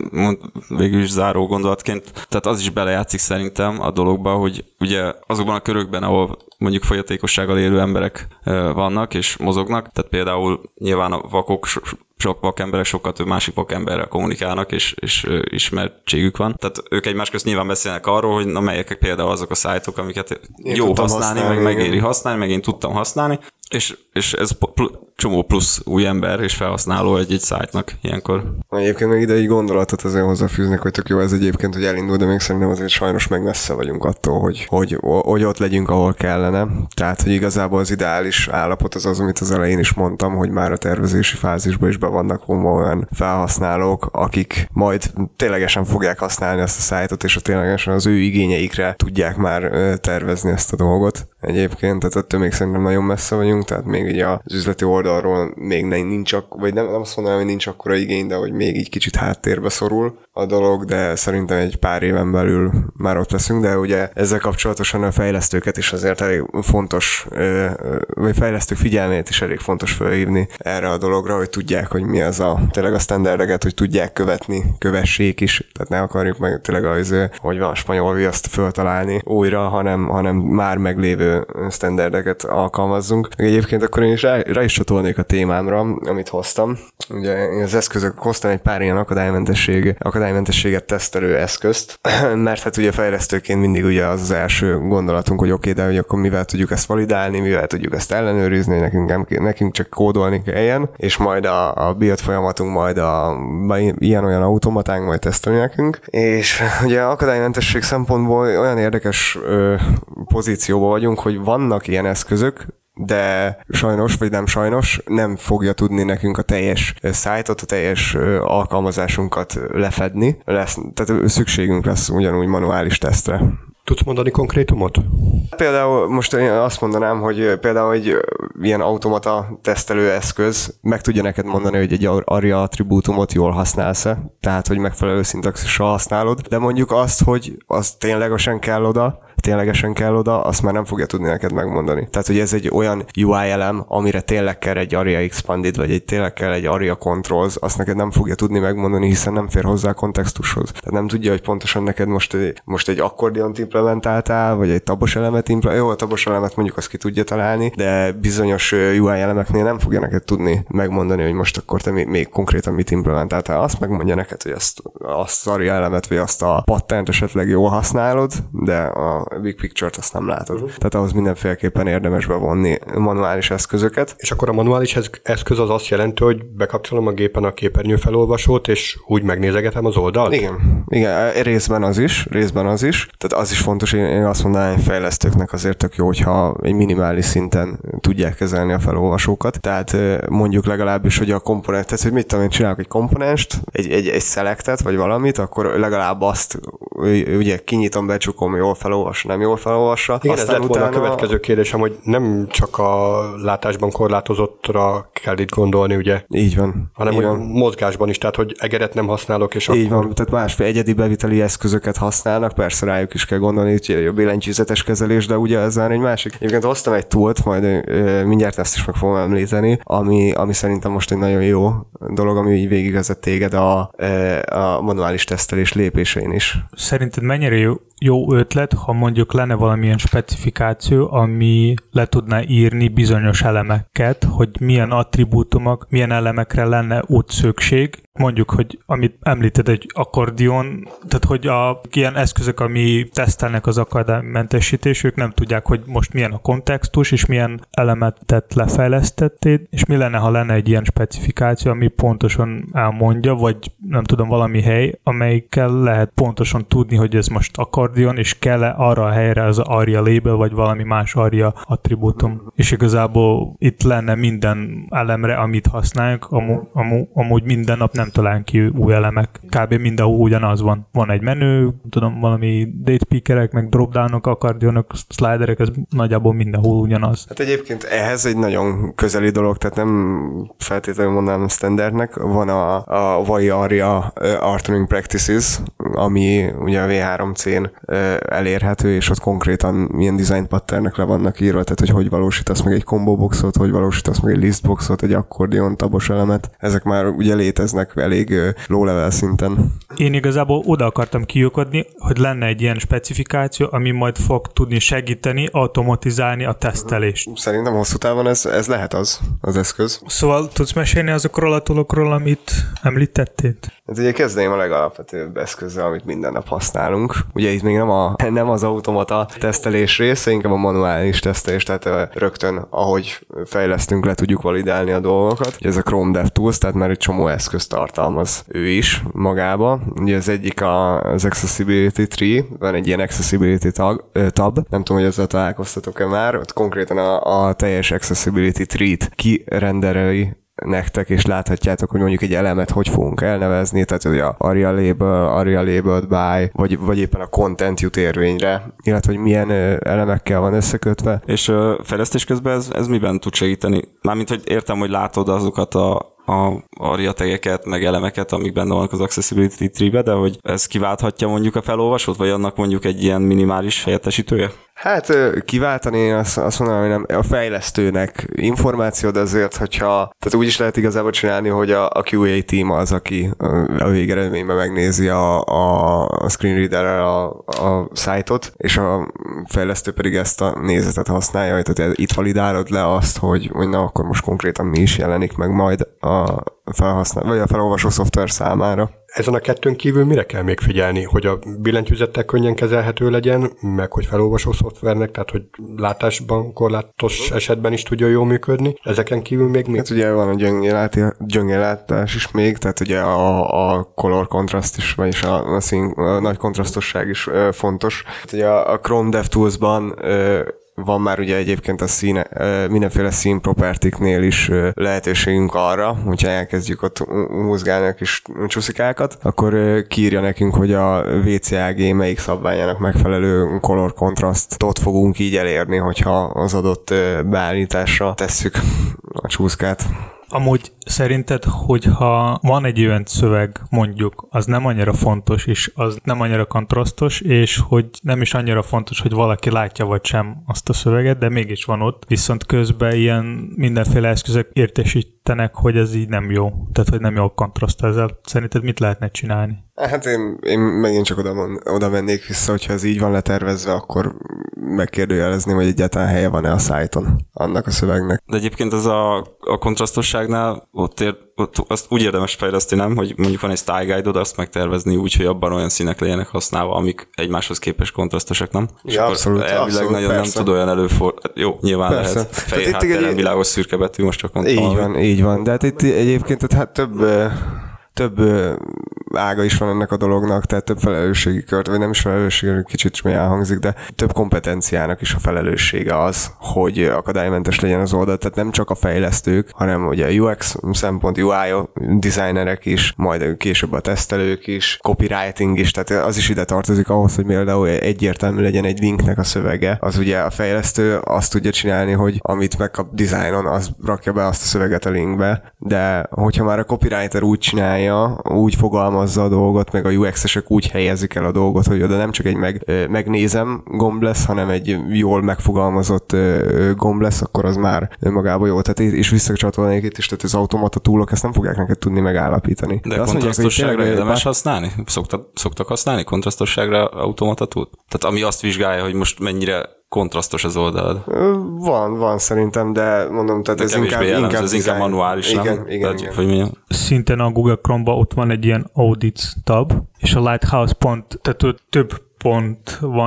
végül is záró gondolatként, tehát az is belejátszik szerintem a dologba, hogy ugye azokban a körökben, ahol mondjuk fogyatékossággal élő emberek vannak és mozognak, tehát például nyilván a vakok, sok vakemberek sokkal több másik vakemberrel kommunikálnak, és, és ismertségük van. Tehát ők egymás közt nyilván beszélnek arról, hogy na melyek például azok a szájtok, amiket én jó használni, használni, meg megéri használni, meg én tudtam használni, és, és ez pl- csomó plusz új ember és felhasználó egy-egy szájtnak ilyenkor. Egyébként még ide egy gondolatot azért hozzáfűznek, hogy tök jó ez egyébként, hogy elindul, de még szerintem azért sajnos meg messze vagyunk attól, hogy, hogy, hogy ott legyünk, ahol kellene. Tehát, hogy igazából az ideális állapot az az, amit az elején is mondtam, hogy már a tervezési fázisban is be vannak vonva olyan felhasználók, akik majd ténylegesen fogják használni ezt a szájtot, és a ténylegesen az ő igényeikre tudják már tervezni ezt a dolgot. Egyébként, tehát ettől még szerintem nagyon messze vagyunk, tehát még így az üzleti oldalról még nincs, vagy nem, nem azt mondanám, hogy nincs akkora igény, de hogy még így kicsit háttérbe szorul a dolog, de szerintem egy pár éven belül már ott leszünk, de ugye ezzel kapcsolatosan a fejlesztőket is azért elég fontos, vagy fejlesztők figyelmét is elég fontos felhívni erre a dologra, hogy tudják, hogy mi az a, tényleg a standardeket, hogy tudják követni, kövessék is, tehát ne akarjuk meg tényleg az, hogy van a spanyol viaszt föltalálni újra, hanem, hanem már meglévő standardeket alkalmazzunk. Egyébként akkor én is rá, rá is csatolnék a témámra, amit hoztam. Ugye én az eszközök hoztam egy pár ilyen akadálymentesség, akadálymentességet tesztelő eszközt, mert hát ugye fejlesztőként mindig ugye az az első gondolatunk, hogy oké, okay, de hogy akkor mivel tudjuk ezt validálni, mivel tudjuk ezt ellenőrizni, hogy nekünk, nem, nekünk csak kódolni kelljen, és majd a, a build folyamatunk, majd a ilyen-olyan automatánk majd tesztelni nekünk. És ugye akadálymentesség szempontból olyan érdekes ö, pozícióban vagyunk, hogy vannak ilyen eszközök, de sajnos, vagy nem sajnos, nem fogja tudni nekünk a teljes szájtot, a teljes alkalmazásunkat lefedni. Lesz, tehát szükségünk lesz ugyanúgy manuális tesztre. Tudsz mondani konkrétumot? Például most én azt mondanám, hogy például egy ilyen automata tesztelő eszköz meg tudja neked mondani, hogy egy aria attribútumot jól használsz-e, tehát hogy megfelelő szintaxissal használod, de mondjuk azt, hogy az ténylegesen kell oda, ténylegesen kell oda, azt már nem fogja tudni neked megmondani. Tehát, hogy ez egy olyan u i elem, amire tényleg kell egy Aria Expanded, vagy egy tényleg kell egy Aria Controls, azt neked nem fogja tudni megmondani, hiszen nem fér hozzá a kontextushoz. Tehát nem tudja, hogy pontosan neked most egy, most egy akkordiont implementáltál, vagy egy tabos elemet implementáltál. Jó, a tabos elemet mondjuk azt ki tudja találni, de bizonyos u i elemeknél nem fogja neked tudni megmondani, hogy most akkor te még, még konkrétan mit implementáltál. Azt megmondja neked, hogy ezt, azt az Aria elemet, vagy azt a patternt esetleg jól használod, de a big picture-t azt nem látod. Uh-huh. Tehát ahhoz mindenféleképpen érdemes bevonni manuális eszközöket. És akkor a manuális eszköz az azt jelenti, hogy bekapcsolom a gépen a képernyő felolvasót, és úgy megnézegetem az oldalt? Igen, igen, részben az is, részben az is. Tehát az is fontos, én, én azt mondanám, hogy fejlesztőknek azért tök jó, hogyha egy minimális szinten tudják kezelni a felolvasókat. Tehát mondjuk legalábbis, hogy a komponent, tehát hogy mit tudom én, csinálok egy komponenst, egy, egy, egy selectet, vagy valamit, akkor legalább azt ugye kinyitom, becsukom, jól felolvassa, nem jól felolvassa. Igen, aztán ez lett volna utána... a következő kérdésem, hogy nem csak a látásban korlátozottra kell itt gondolni, ugye? Így van. Hanem így hogy van. Mozgásban is, tehát hogy egeret nem használok, és így akkor... van, tehát másfél egyedi beviteli eszközöket használnak, persze rájuk is kell gondolni, hogy a billentyűzetes kezelés, de ugye ez már egy másik. Egyébként hoztam egy toolt, majd ö, mindjárt ezt is meg fogom említeni, ami, ami szerintem most egy nagyon jó dolog, ami így végigvezet téged a, a manuális tesztelés lépésein is. Szerinted mennyire jó, jó ötlet, ha mondjuk lenne valamilyen specifikáció, ami le tudná írni bizonyos elemeket, hogy milyen attribútumok, milyen elemekre lenne ott szükség. Mondjuk, hogy amit említed, egy akkordion, tehát hogy a ilyen eszközök, ami tesztelnek az akadálymentesítés, ők nem tudják, hogy most milyen a kontextus, és milyen elemetet lefejlesztettél, és mi lenne, ha lenne egy ilyen specifikáció, ami pontosan elmondja, vagy nem tudom, valami hely, amelyikkel lehet pontosan tudni, hogy ez most akkordion, és kell-e arra a helyre az Aria label, vagy valami más Aria attribútum. És igazából itt lenne minden elemre, amit használjuk, amú, amú, amúgy minden nap nem találunk ki új elemek. Kb. Mindenhol ugyanaz van. Van egy menü, tudom, valami date picker-ek, meg dropdownok, akkordionok, sliderek, ez nagyjából mindenhol ugyanaz. Hát egyébként ehhez egy nagyon közeli dolog, tehát nem feltétlenül mondanám standardnek. Van a, a Vai Aria Authoring Practices, ami ugye a vé három cén elérhető, és ott konkrétan milyen design patternek le vannak írva, tehát hogy hogy valósítasz meg egy combo boxot, hogy valósítasz meg egy list boxot, egy akkordion, tabos elemet. Ezek már ugye léteznek elég low level szinten. Én igazából oda akartam kiukadni, hogy lenne egy ilyen specifikáció, ami majd fog tudni segíteni, automatizálni a tesztelést. Szerintem hosszú távon ez, ez lehet az, az eszköz. Szóval tudsz mesélni azokról a dologról, amit említettél? Ez ugye kezdeném a legalapvetőbb eszközzel, amit minden nap használunk. Ugye itt még nem, a, nem az automata tesztelés része, inkább a manuális tesztelés, tehát rögtön, ahogy fejlesztünk, le tudjuk validálni a dolgokat. Ugye ez a Chrome DevTools, tehát már egy csomó eszközt tartalmaz ő is magába. Ugye az egyik az Accessibility Tree, van egy ilyen Accessibility tag, tab, nem tudom, hogy ezzel találkoztatok-e már, ott konkrétan a, a teljes Accessibility Tree-t kirendereli nektek, és láthatjátok, hogy mondjuk egy elemet hogy fogunk elnevezni, tehát hogy a Aria Label, Aria Labeled by, vagy, vagy éppen a content jut érvényre, illetve hogy milyen elemekkel van összekötve. És uh, fejlesztés közben ez, ez miben tud segíteni? Mármint, hogy értem, hogy látod azokat a a Aria tegeket, meg elemeket, amik benne vannak az Accessibility Tree-be, de hogy ez kiválthatja mondjuk a felolvasót, vagy annak mondjuk egy ilyen minimális helyettesítője? Hát kiváltani, én azt, azt mondanám, hogy nem a fejlesztőnek információ, de azért, hogyha, tehát úgy is lehet igazából csinálni, hogy a, a kú á team az, aki a végeredményben megnézi a, a, a screen reader-rel a, a szájtot, és a fejlesztő pedig ezt a nézetet használja, tehát itt validálod le azt, hogy, hogy na, akkor most konkrétan mi is jelenik meg majd a felhasználó, vagy a felolvasó szoftver számára. Ezen a kettőn kívül mire kell még figyelni? Hogy a billentyűzettel könnyen kezelhető legyen, meg hogy felolvasó szoftvernek, tehát hogy látásban korlátos esetben is tudja jól működni. Ezeken kívül még mi? Hát ugye van a gyöngélátás is még, tehát ugye a, a color contrast is, vagyis a, a, szín, a nagy kontrasztosság is ö, fontos. Hát ugye a, a Chrome DevTools-ban ö, van már ugye egyébként a színe, mindenféle szín propertiknél is lehetőségünk arra, hogyha elkezdjük ott húzgálni a kis csúszikákat, akkor kiírja nekünk, hogy a vé cé á gé melyik szabványának megfelelő color contrastot fogunk így elérni, hogyha az adott beállításra tesszük a csúszkát. Amúgy szerinted, hogyha van egy olyan szöveg, mondjuk, az nem annyira fontos, és az nem annyira kontrasztos, és hogy nem is annyira fontos, hogy valaki látja vagy sem azt a szöveget, de mégis van ott, viszont közben ilyen mindenféle eszközök értesítenek, hogy ez így nem jó. Tehát, hogy nem jó a kontraszt ezzel. Szerinted mit lehetne csinálni? Hát én, én megint csak oda, oda mennék vissza, hogyha ez így van letervezve, akkor megkérdőjelezném, hogy egyáltalán helye van-e a szájton annak a szövegnek. De egyébként ez a, a kontrasztosságnál ott, ér, ott azt úgy érdemes fejleszteni, nem, hogy mondjuk van egy style guide-od, azt megtervezni úgy, hogy abban olyan színek legyenek használva, amik egymáshoz képest kontrasztosak, nem? És ja, abszolút, elvileg abszolút, nagyon persze. nem tud olyan előfordulni. Jó, nyilván persze. Lehet fehér hátteren, egy... világos szürke betű, most csak mondtam. Így van, így van. De hát itt egyébként hát több... több ága is van ennek a dolognak, tehát több felelősségi kört, vagy nem is felelősség, kicsit sem elhangzik, de több kompetenciának is a felelőssége az, hogy akadálymentes legyen az oldal, tehát nem csak a fejlesztők, hanem ugye a U X szempont, U I designerek is, majd később a tesztelők is, copywriting is, tehát az is ide tartozik ahhoz, hogy például egyértelmű legyen egy linknek a szövege. Az ugye a fejlesztő azt tudja csinálni, hogy amit megkap designon, az rakja be azt a szöveget a linkbe, de hogyha már a copywriter úgy csinálja, úgy fogalmazza a dolgot, meg a U X-esek úgy helyezik el a dolgot, hogy oda nem csak egy meg, megnézem gomb lesz, hanem egy jól megfogalmazott gomb lesz, akkor az már önmagában jó. Tehát és visszacsatolnék itt is, tehát az automata túlok ezt nem fogják neked tudni megállapítani. De, de kontrasztosságra érdemes bár... használni? Szoktak, szoktak használni kontrasztosságra automata túl? Tehát ami azt vizsgálja, hogy most mennyire kontrasztos az oldalad. Van, van szerintem, de mondom, tehát de ez inkább, jellemző, inkább ez inkább manuális, igen, nem? Igen, tehát, igen. Hogy mondjam. Szintén a Google Chrome-ban ott van egy ilyen audits tab, és a Lighthouse pont, tehát több pont van,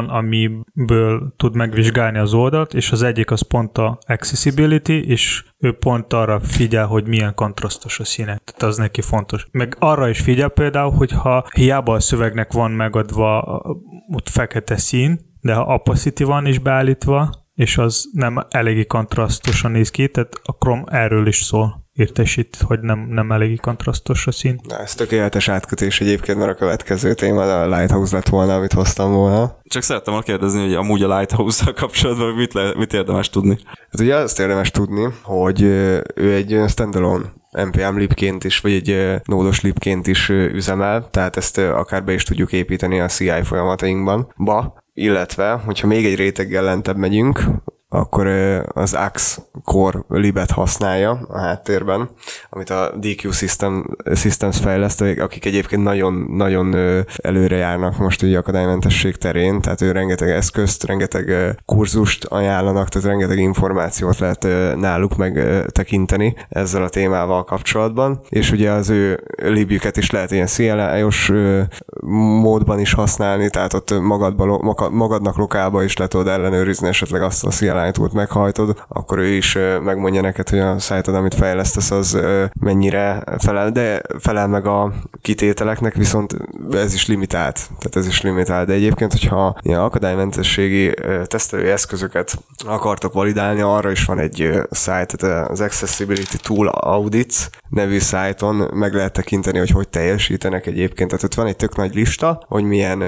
amiből tud megvizsgálni az oldalt, és az egyik az pont a accessibility, és ő pont arra figyel, hogy milyen kontrasztos a színek. Tehát az neki fontos. Meg arra is figyel például, hogyha hiába a szövegnek van megadva ott fekete szín, de ha opacity van is beállítva, és az nem eléggé kontrasztosan néz ki, tehát a Chrome erről is szól. Értesít, hogy nem, nem eléggé kontrasztos a szín. Na, ez tökéletes átkötés egyébként, mert a következő téma a Lighthouse lett volna, amit hoztam volna. Csak szerettem volna kérdezni, hogy amúgy a Lighthouse-szal kapcsolatban mit, le, mit érdemes tudni? Hát ugye azt érdemes tudni, hogy ő egy standalone en pé em libként is, vagy egy nódos libként is üzemel, tehát ezt akár be is tudjuk építeni a C I folyamatainkban. Ba, illetve, hogyha még egy réteggel lentebb megyünk, akkor az Axe Core libet használja a háttérben, amit a dé kú System, Systems fejleszt, akik egyébként nagyon-nagyon előre járnak most ugye akadálymentesség terén, tehát ő rengeteg eszközt, rengeteg kurzust ajánlanak, tehát rengeteg információt lehet náluk megtekinteni ezzel a témával kapcsolatban, és ugye az ő libjüket is lehet ilyen C L I-os módban is használni, tehát ott magadba, magadnak lokálba is le tudod ellenőrizni esetleg azt a C L I-t meghajtod, akkor ő is megmondja neked, hogy a szájtod, amit fejlesztesz, az mennyire felel, de felel meg a kitételeknek, viszont ez is limitált. Tehát ez is limitált. De egyébként, hogyha ilyen akadálymentességi tesztelői eszközöket akartok validálni, arra is van egy szájt, tehát az Accessibility Tool Audits nevű szájton meg lehet tekinteni, hogy hogy teljesítenek egyébként. Tehát ott van egy tök nagy lista, hogy milyen,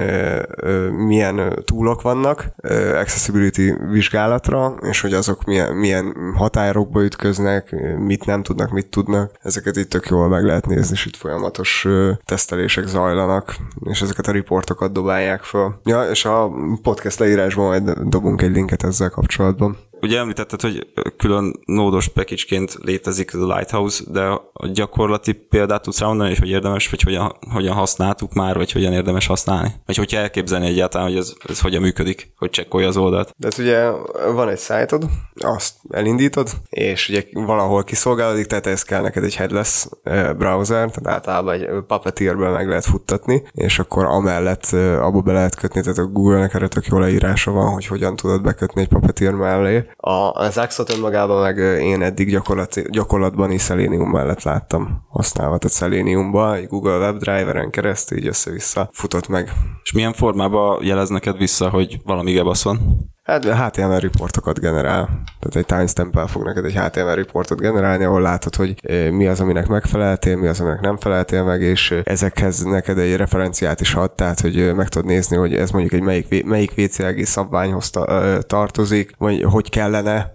milyen toolok vannak accessibility vizsgálatra, és hogy azok milyen, milyen határokba ütköznek, mit nem tudnak, mit tudnak. Ezeket itt tök jól meg lehet nézni, és itt folyamatos tesztelések zajlanak, és ezeket a riportokat dobálják fel. Ja, és a podcast leírásban majd dobunk egy linket ezzel kapcsolatban. Ugye említetted, hogy külön nódos package-ként létezik a Lighthouse, de a gyakorlati példát tudsz rámondani, hogy érdemes, vagy hogyan, hogyan használtuk már, vagy hogyan érdemes használni? Vagy hogyha elképzelni egyáltalán, hogy ez, ez hogyan működik, hogy csekkolja az oldalt? De ugye van egy szájtod, azt elindítod, és ugye valahol kiszolgálódik, tehát ez kell neked egy headless browser, tehát általában egy Puppeteerből meg lehet futtatni, és akkor amellett abba be lehet kötni, tehát a Google-nek erre tök jó leírása van, hogy hogyan tudod bekötni egy Puppeteer mellé. A, az Axe-ot önmagában meg én eddig gyakorlat, gyakorlatban is Selenium mellett láttam használva, tehát Seleniumba, egy Google WebDriver-en keresztül így össze-vissza futott meg. És milyen formában jelez neked vissza, hogy valami gebasz van? Hát há té em el riportokat generál. Tehát egy timestamp-el fog neked egy há té em el riportot generálni, ahol látod, hogy mi az, aminek megfeleltél, mi az, aminek nem feleltél meg, és ezekhez neked egy referenciát is ad, tehát hogy meg tudod nézni, hogy ez mondjuk egy melyik, melyik vé cé el gé szabványhoz tartozik, vagy hogy kellene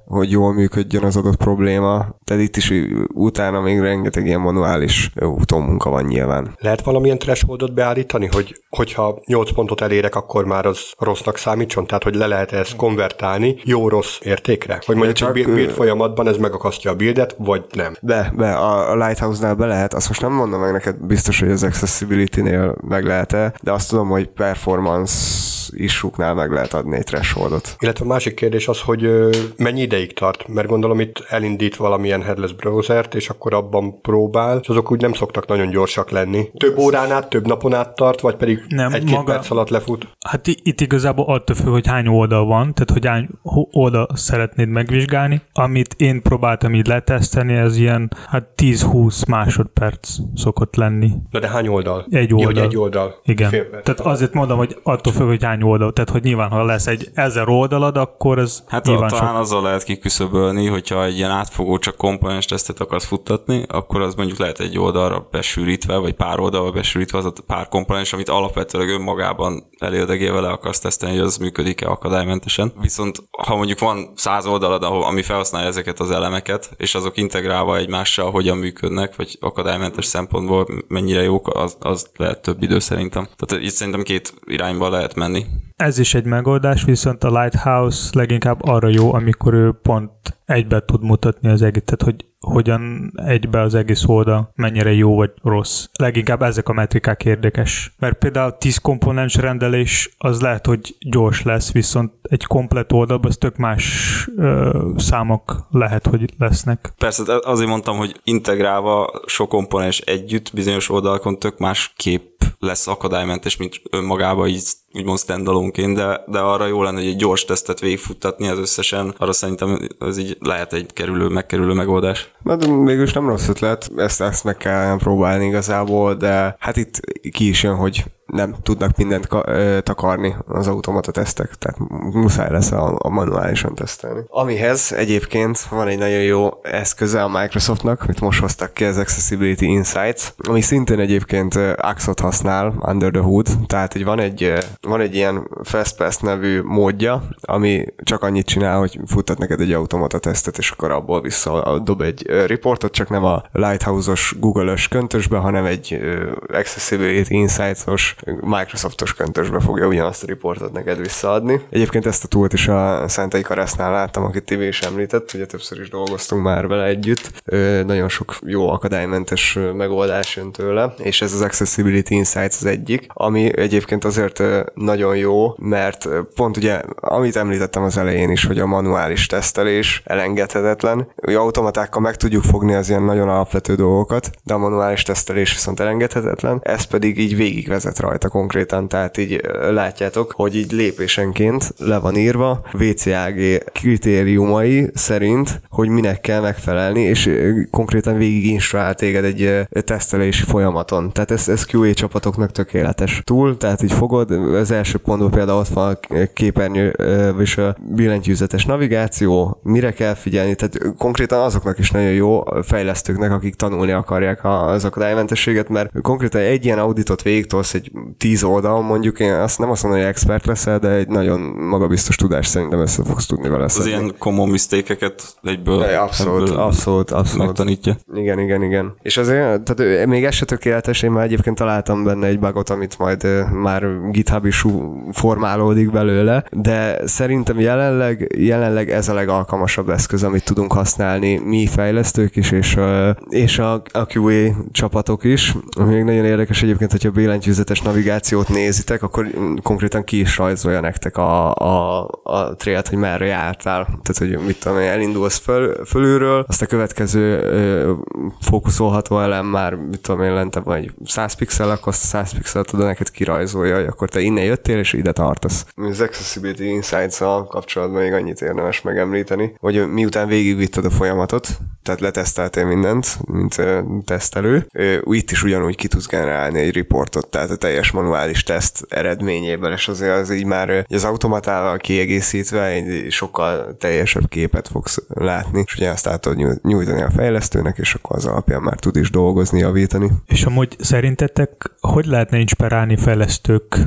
hogy jól működjön az adott probléma. Tehát itt is utána még rengeteg ilyen manuális utómunka van nyilván. Lehet valamilyen thresholdot beállítani, hogy hogyha nyolc pontot elérek, akkor már az rossznak számítson? Tehát, hogy le lehet ezt konvertálni jó-rossz értékre? Hogy mondjuk csak build, build folyamatban ez megakasztja a buildet, vagy nem? Be, be, a Lighthouse-nál be lehet. Azt most nem mondom meg neked biztos, hogy az Accessibility-nél meg lehet-e, de azt tudom, hogy performance issue-knál meg lehet adni egy thresholdot. Illetve a másik kérdés az, hogy mennyi ideig tart, mert gondolom itt elindít valamilyen headless browsert, és akkor abban próbál, és azok úgy nem szoktak nagyon gyorsak lenni. Több órán át, több napon át tart, vagy pedig nem, egy-két maga... perc alatt lefut? Hát itt igazából attól függ, hogy hány oldal van, tehát hogy hány oldal szeretnéd megvizsgálni. Amit én próbáltam így letesztelni, ez ilyen hát tíz-húsz másodperc szokott lenni. Na de hány oldal? Egy oldal. Ja, egy oldal. Igen. Tehát azért mondom, hogy attól függ, hogy hány oldal. Tehát, hogy nyilván, ha lesz egy ezer oldalad, akkor ez hát nyilván talán sok. azzal lehet kiküszöbölni, hogyha egy ilyen átfogó csak komponens tesztet akarsz futtatni, akkor az mondjuk lehet egy oldalra besűrítve, vagy pár oldalra besűrítve az a pár komponens, amit alapvetően önmagában elérdegélve le akarsz tesztelni, hogy az működik-e akadálymentesen. Viszont ha mondjuk van száz oldalad, ami felhasználja ezeket az elemeket, és azok integrálva egymással hogyan működnek, vagy akadálymentes szempontból mennyire jók, az, az lehet több idő szerintem. Tehát itt szerintem két irányba lehet menni. Ez is egy megoldás, viszont a Lighthouse leginkább arra jó, amikor ő pont egybe tud mutatni az egész, tehát hogy hogyan egybe az egész oldal, mennyire jó vagy rossz. Leginkább ezek a metrikák érdekes. Mert például tíz komponens rendelés az lehet, hogy gyors lesz, viszont egy komplett oldalban az tök más ö, számok lehet, hogy lesznek. Persze, azért mondtam, hogy integrálva sok komponens együtt bizonyos oldalakon tök más kép lesz akadálymentes, mint önmagában így úgymond standalone-ként, de, de arra jó lenne, hogy egy gyors tesztet végigfuttatni az összesen, arra szerintem ez így lehet egy kerülő, megkerülő megoldás. Na, de mégis nem rossz ötlet, ezt, ezt meg kell próbálni igazából, de hát itt ki is jön, hogy nem tudnak mindent ka- ö, takarni az automata tesztek, tehát muszáj lesz a, a manuálisan tesztelni. Amihez egyébként van egy nagyon jó eszköze a Microsoftnak, amit most hoztak ki, az Accessibility Insights, ami szintén egyébként Axot használ, Under the Hood, tehát hogy van egy, van egy ilyen FastPass nevű módja, ami csak annyit csinál, hogy futtat neked egy automata tesztet, és akkor abból vissza dob egy riportot, csak nem a Lighthouse-os Google-ös köntösbe, hanem egy Accessibility Insights-os Microsoftos köntösbe fogja ugyanazt a riportot neked visszaadni. Egyébként ezt a túlt is a Szentei Karásznál láttam, akit Tibi is említett, ugye többször is dolgoztunk már vele együtt. Ö, nagyon sok jó akadálymentes megoldás jön tőle, és ez az Accessibility Insights az egyik, ami egyébként azért nagyon jó, mert pont ugye, amit említettem az elején is, hogy a manuális tesztelés elengedhetetlen. Ugye automatákkal meg tudjuk fogni az ilyen nagyon alapvető dolgokat, de a manuális tesztelés viszont elengedhetetlen, ez pedig így végigvezet rajta konkrétan, tehát így látjátok, hogy így lépésenként le van írva vé cé á gé kritériumai szerint, hogy minek kell megfelelni, és konkrétan végig instruál téged egy tesztelési folyamaton. Tehát ez, ez kú á csapatoknak tökéletes túl, tehát így fogod, az első pontban például ott van a képernyő és a billentyűzetes navigáció, mire kell figyelni, tehát konkrétan azoknak is nagyon jó fejlesztőknek, akik tanulni akarják az akadálymentességet, mert konkrétan egy ilyen auditot végigtolsz egy tíz oldal, mondjuk én azt nem azt mondom, hogy expert leszel, de egy nagyon magabiztos tudás szerintem össze fogsz tudni vele. Az ilyen common mistake-eket egyből, ja, abszolút, egyből abszolút, abszolút megtanítja. Igen, igen, igen. És azért, tehát még ez se tökéletes, én már egyébként találtam benne egy bugot, amit majd már GitHub is formálódik belőle, de szerintem jelenleg, jelenleg ez a legalkalmasabb eszköz, amit tudunk használni mi fejlesztők is, és, és a, a kú á csapatok is. Még nagyon érdekes egyébként, hogyha billentyűzetes navigációt nézitek, akkor konkrétan ki is rajzolja nektek a, a, a trailt, hogy merre jártál. Tehát, hogy mit tudom, elindulsz föl, fölülről, azt a következő ö, fókuszolható elem már, mit tudom én, lentebb vagy száz pixel, akkor azt a száz pixelt oda neked kirajzolja, hogy akkor te innen jöttél, és ide tartasz. Az Accessibility Insights-al kapcsolatban még annyit érdemes megemlíteni, hogy miután végigvitted a folyamatot, tehát leteszteltél mindent, mint ö, tesztelő, ö, itt is ugyanúgy ki tudsz generálni egy riportot, tehát a teljes manuális teszt eredményében, és azért az így már az automatával kiegészítve egy sokkal teljesebb képet fogsz látni, és ugye azt át tudod nyújtani a fejlesztőnek, és akkor az alapján már tud is dolgozni, javítani. És amúgy szerintetek hogy lehetne inspirálni fejlesztők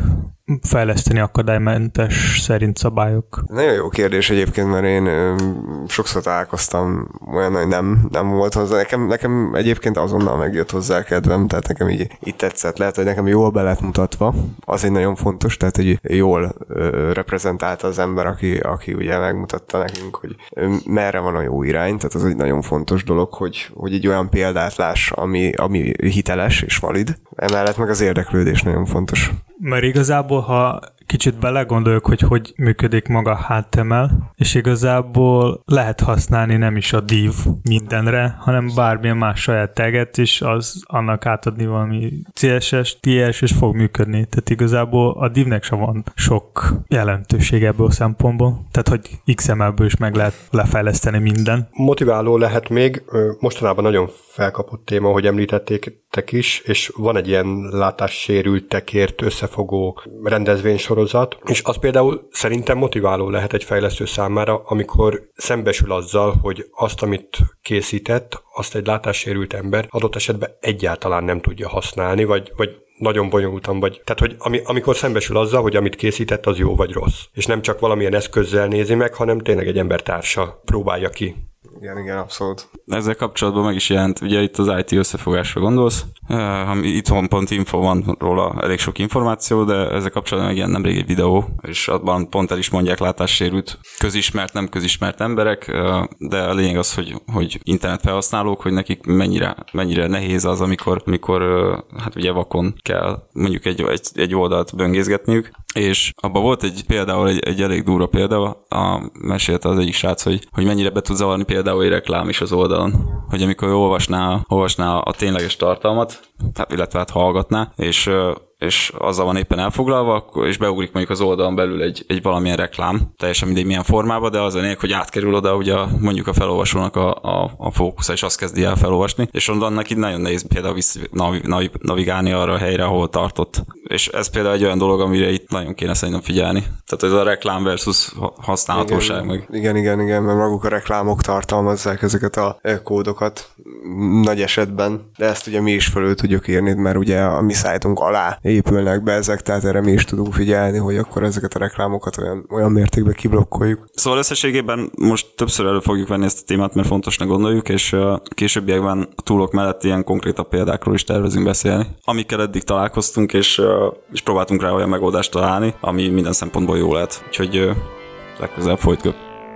fejleszteni akadálymentes szerint szabályok? Nagyon jó kérdés egyébként, mert én ö, sokszor találkoztam olyan, hogy nem, nem volt hozzá. Nekem, nekem egyébként azonnal megjött hozzá kedvem, tehát nekem így, így tetszett. Lehet, hogy nekem jól be lett mutatva. Az egy nagyon fontos, tehát hogy jól ö, reprezentálta az ember, aki, aki ugye megmutatta nekünk, hogy ö, merre van a jó irány. Tehát az egy nagyon fontos dolog, hogy, hogy egy olyan példát láss, ami, ami hiteles és valid. Emellett meg az érdeklődés nagyon fontos. Mert igazából, ha kicsit belegondoljuk, hogy hogy működik maga a há té em el, és igazából lehet használni nem is a div mindenre, hanem bármilyen más saját taget is, az annak átadni valami cé es es, té es, és fog működni. Tehát igazából a divnek sem van sok jelentőség ebből a szempontból. Tehát, hogy iksz em el-ből is meg lehet lefejleszteni minden. Motiváló lehet még, mostanában nagyon felkapott téma, hogy említették is, és van egy ilyen látássérültekért összefogó rendezvénysorozat, és az például szerintem motiváló lehet egy fejlesztő számára, amikor szembesül azzal, hogy azt, amit készített, azt egy látássérült ember adott esetben egyáltalán nem tudja használni, vagy, vagy nagyon bonyolultan vagy. Tehát, hogy ami, amikor szembesül azzal, hogy amit készített, az jó vagy rossz. És nem csak valamilyen eszközzel nézi meg, hanem tényleg egy embertársa próbálja ki. Igen, igen, abszolút. Ezzel kapcsolatban meg is jelent, ugye itt az i té összefogásra gondolsz, uh, itthon pont info van róla elég sok információ, de ezzel kapcsolatban meg ilyen nemrég egy videó, és abban pont el is mondják látássérült, közismert, nem közismert emberek, uh, de a lényeg az, hogy, hogy internetfelhasználók, hogy nekik mennyire, mennyire nehéz az, amikor, amikor uh, hát ugye vakon kell mondjuk egy, egy, egy oldalt böngészgetniük, és abban volt egy például egy, egy elég durva példa, a, mesélte az egyik srác, hogy, hogy mennyire be tud zavarni például egy reklám is az oldalon, hogy amikor olvasná, olvasná a tényleges tartalmat, illetve hát hallgatná, és és azzal van éppen elfoglalva, akkor, és beugrik mondjuk az oldalon belül egy, egy valamilyen reklám, teljesen mindegy milyen formában, de az a lényeg, hogy átkerül oda ugye mondjuk a felolvasónak a, a, a fókusza, és azt kezdi el felolvasni, és onnan neki nagyon nehéz például vissz, navi, navi, navigálni arra a helyre, ahol tartott. És ez például egy olyan dolog, amire itt nagyon kéne szerintem figyelni. Tehát ez a reklám versus használhatóság. Igen, meg. igen, igen, igen, mert maguk a reklámok tartalmazzák ezeket a kódokat nagy esetben, de ezt ugye mi is felül tudjuk írni, mert ugye a mi szájtunk alá épülnek be ezek, tehát erre mi is tudunk figyelni, hogy akkor ezeket a reklámokat olyan, olyan mértékben kiblokkoljuk. Szóval összességében most többször elő fogjuk venni ezt a témát, mert fontosnak gondoljuk, és későbbiekben a túlok mellett ilyen konkrétabb példákról is tervezünk beszélni, amikkel eddig találkoztunk, és, és próbáltunk rá olyan megoldást találni, ami minden szempontból jó lehet. Úgyhogy legközelebb folytköp.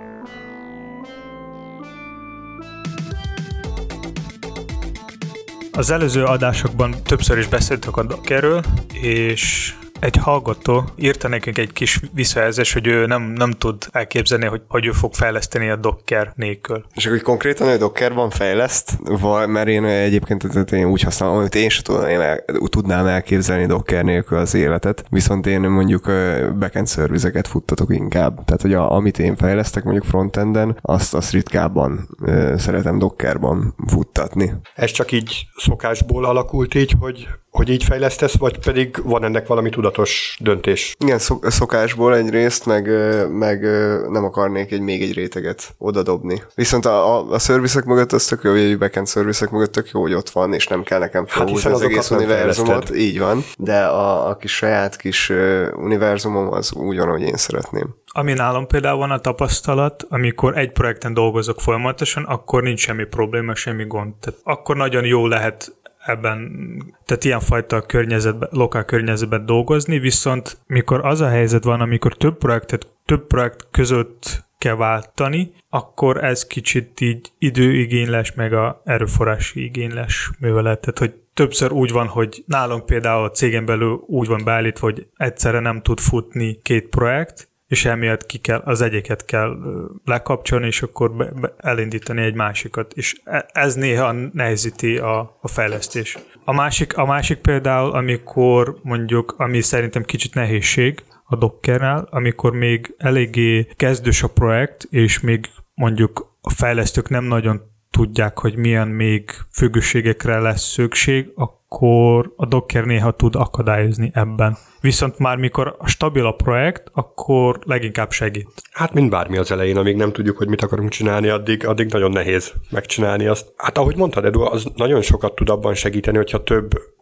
Az előző adásokban többször is beszéltük a Dockerről, és egy hallgató írta nekünk egy kis visszajelzés, hogy ő nem, nem tud elképzelni, hogy, hogy ő fog fejleszteni a Docker nélkül. És akkor konkrétan a Dockerban fejleszt, vagy, mert én egyébként én úgy használom, hogy én sem tudnám, el, tudnám elképzelni Docker nélkül az életet, viszont én mondjuk backend szervizeket futtatok inkább. Tehát, hogy a, amit én fejlesztek mondjuk frontenden, azt, azt ritkábban ö, szeretem Dockerban futtatni. Ez csak így szokásból alakult így, hogy hogy így fejlesztesz, vagy pedig van ennek valami tudatos döntés? Igen, szokásból egyrészt, meg, meg nem akarnék egy, még egy réteget odadobni. Viszont a, a, a szervizek mögött az tök jó, vagy egy backend szervizek mögött tök jó, hogy ott van, és nem kell nekem felhúzni hát az egész univerzumot. Így van, de a, a kis saját kis univerzumom az úgy van, hogy én szeretném. Ami nálam például van a tapasztalat, amikor egy projekten dolgozok folyamatosan, akkor nincs semmi probléma, semmi gond. Tehát akkor nagyon jó lehet ebben, tehát ilyenfajta környezetben, lokál környezetben dolgozni, viszont mikor az a helyzet van, amikor több projektet, több projekt között kell váltani, akkor ez kicsit így időigényles, meg a erőforrási igényles művelet. Tehát, hogy többször úgy van, hogy nálunk például a cégen belül úgy van beállítva, hogy egyszerre nem tud futni két projekt, és emiatt ki kell, az egyiket kell lekapcsolni, és akkor be, be, elindítani egy másikat. És ez néha nehezíti a, a fejlesztés. A másik, a másik például, amikor mondjuk, ami szerintem kicsit nehézség a Dockernál, amikor még eléggé kezdős a projekt, és még mondjuk a fejlesztők nem nagyon tudják, hogy milyen még függőségekre lesz szükség, akkor a Docker néha tud akadályozni ebben. Viszont már mikor stabil a projekt, akkor leginkább segít. Hát mint bármi az elején, amíg nem tudjuk, hogy mit akarunk csinálni, addig, addig nagyon nehéz megcsinálni azt. Hát ahogy mondtad, Edu, az nagyon sokat tud abban segíteni, hogyha több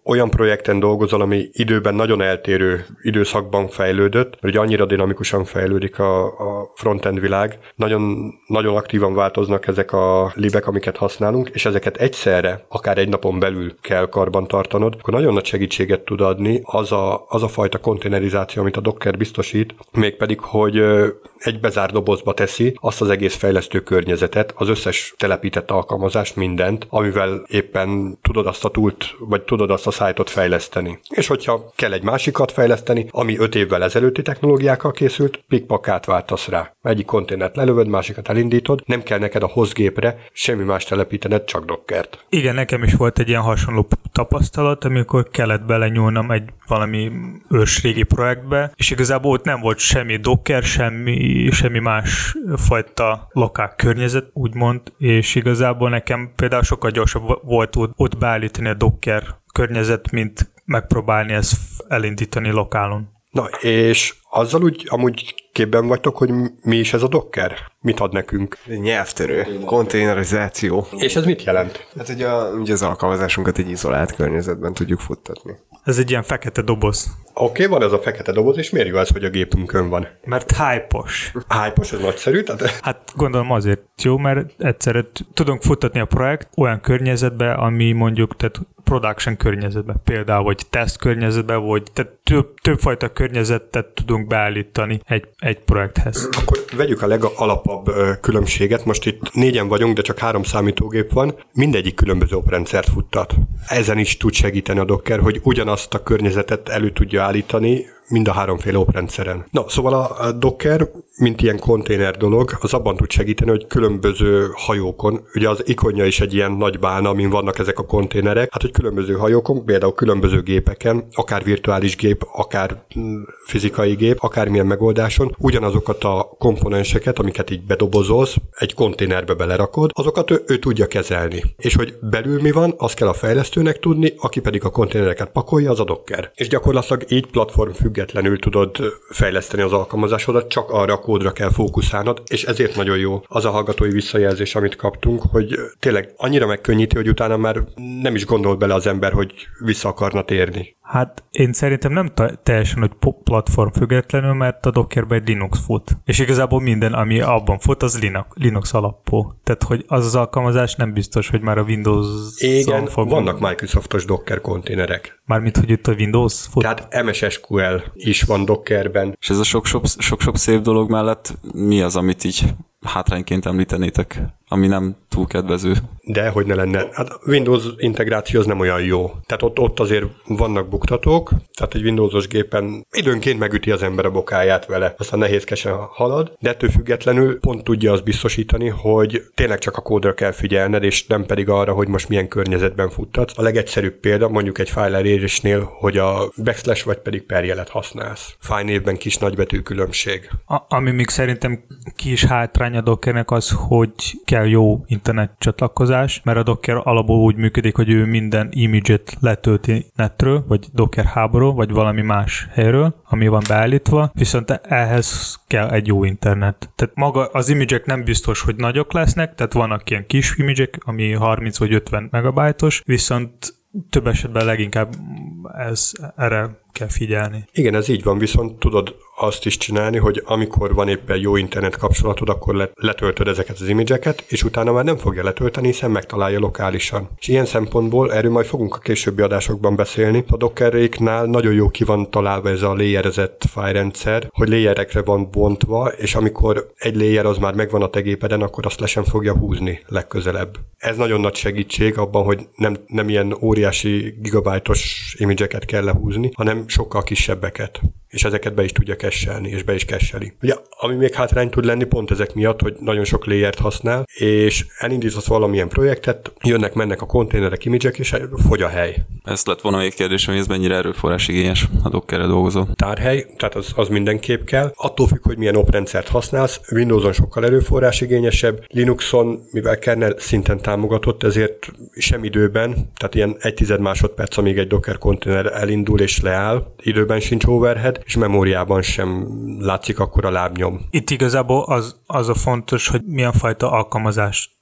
olyan projekten dolgozol, ami időben nagyon eltérő időszakban fejlődött, mert ugye annyira dinamikusan fejlődik a, a frontend világ, nagyon, nagyon aktívan változnak ezek a libek, amiket használunk, és ezeket egyszerre, akár egy napon belül kell karban tartanod, akkor nagyon nagy segítséget tud adni az a, az a fajta konténerizáció, amit a Docker biztosít, mégpedig, hogy egy bezárt dobozba teszi azt az egész fejlesztő környezetet, az összes telepített alkalmazást, mindent, amivel éppen tudod azt a toolt, vagy tudod azt a szájtot fejleszteni. És hogyha kell egy másikat fejleszteni, ami öt évvel ezelőtti technológiákkal készült, pikpak átváltasz rá. Egyik konténert lelövöd, másikat elindítod, nem kell neked a hostgépre semmi más telepítened, csak Dockert. Igen, nekem is volt egy ilyen hasonló tapasztalat, amikor kellett belenyúlnom egy valami ősrégi projektbe, és igazából ott nem volt semmi Docker, semmi, semmi más fajta lokál környezet, úgymond, és igazából nekem például sokkal gyorsabb volt ott beállítani a Docker környezet, mint megpróbálni ezt elindítani lokálon. Na, és azzal úgy amúgy képben vagytok, hogy mi is ez a Docker? Mit ad nekünk? Nyelvtörő, konténerizáció. És ez mit jelent? Hát ugye, a, ugye az alkalmazásunkat egy izolált környezetben tudjuk futtatni. Ez egy ilyen fekete doboz. Oké, okay, van ez a fekete doboz, és miért jó ez, hogy a gépünkön van? Mert hype-os. Hype-os, ez nagyszerű? Tehát... Hát gondolom azért jó, mert egyszerűen tudunk futtatni a projekt olyan környezetbe, ami mondjuk tehát production környezetbe, például, vagy test környezetbe, vagy tehát több, többfajta környezetet tudunk beállítani egy, egy projekthez. Akkor vegyük a legalapabb ö, különbséget. Most itt négyen vagyunk, de csak három számítógép van. Mindegyik különböző oprendszert futtat. Ezen is tud segíteni a Docker, hogy ugyanazt a környezetet elő tudja állítani, mind a háromféle oprendszeren. Na, szóval a Docker, mint ilyen konténer dolog, az abban tud segíteni, hogy különböző hajókon, ugye az ikonja is egy ilyen nagy bálna, amin vannak ezek a konténerek, hát hogy különböző hajókon, például különböző gépeken, akár virtuális gép, akár fizikai gép, akármilyen megoldáson, ugyanazokat a komponenseket, amiket így bedobozolsz, egy konténerbe belerakod, azokat ő, ő tudja kezelni. És hogy belül mi van, azt kell a fejlesztőnek tudni, aki pedig a konténereket pakolja, az a Docker. És gyakorlatilag így platform függetlenül tudod fejleszteni az alkalmazásodat, csak arra a kódra kell fókuszálnod, és ezért nagyon jó az a hallgatói visszajelzés, amit kaptunk, hogy tényleg annyira megkönnyíti, hogy utána már nem is gondol bele az ember, hogy vissza akarna térni. Hát én szerintem nem t- teljesen, hogy platform függetlenül, mert a Dockerben egy Linux fut. És igazából minden, ami abban fut, az Linux, Linux alapú. Tehát, hogy az az alkalmazás nem biztos, hogy már a Windows... Igen, fog vannak Microsoftos Docker konténerek. Mármint, hogy itt a Windows fut. Tehát em es es kú el is van Dockerben. És ez a sok-sok szép dolog mellett mi az, amit így hátrányként említenétek, ami nem túl kedvező? De hogy ne lenne. Hát a Windows integráció az nem olyan jó. Tehát ott, ott azért vannak buktatók, tehát egy Windowsos gépen időnként megüti az ember a bokáját vele, aztán nehézkesen halad, de ettől függetlenül pont tudja azt biztosítani, hogy tényleg csak a kódra kell figyelned, és nem pedig arra, hogy most milyen környezetben futtatsz. A legegyszerűbb példa mondjuk egy fájlelérésnél, hogy a backslash vagy pedig perjelet használsz. Fájlnévben kis nagybetű különbség. A, ami még szerintem kis hátrány a Dockernek az, hogy kell jó internet csatlakozás, mert a Docker alapból úgy működik, hogy ő minden image-et letölti netről, vagy Docker hubról, vagy valami más helyről, ami van beállítva, viszont ehhez kell egy jó internet. Tehát maga az image-ek nem biztos, hogy nagyok lesznek, tehát vannak ilyen kis image-ek, ami harminc vagy ötven megabájtos, viszont több esetben leginkább ez, erre kell figyelni. Igen, ez így van, viszont tudod azt is csinálni, hogy amikor van éppen jó internet kapcsolatod, akkor letöltöd ezeket az image-eket, és utána már nem fogja letölteni, hiszen megtalálja lokálisan. És ilyen szempontból erről majd fogunk a későbbi adásokban beszélni. A Dockeréknál nagyon jó ki van találva ez a layerezett fájlrendszer, hogy layerekre van bontva, és amikor egy layer az már megvan a te gépeden, akkor azt le sem fogja húzni legközelebb. Ez nagyon nagy segítség abban, hogy nem, nem ilyen óriási gigabájtos image-eket kell lehúzni, hanem sokkal kisebbeket, és ezeket be is tudja cache-elni, és be is cache-eli. Ugye, ami még hátrány tud lenni pont ezek miatt, hogy nagyon sok layert használ, és elindítasz valamilyen projektet, jönnek-mennek a konténerek, image-ek, és fogy a hely. Ez lett volna még kérdés, hogy ez mennyire erőforrásigényes a Dockerre dolgozó. Tárhely, tehát az, az mindenképp kell. Attól függ, hogy milyen oprendszert használsz, Windowson sokkal erőforrásigényesebb, Linuxon, mivel kernel szinten támogatott, ezért sem időben, tehát ilyen egy tized másodperc, amíg egy Docker konténer elindul és leáll, időben sincs overhead, és memóriában sem látszik akkor a lábnyom. Itt igazából az, az a fontos, hogy milyen fajta alkalmazást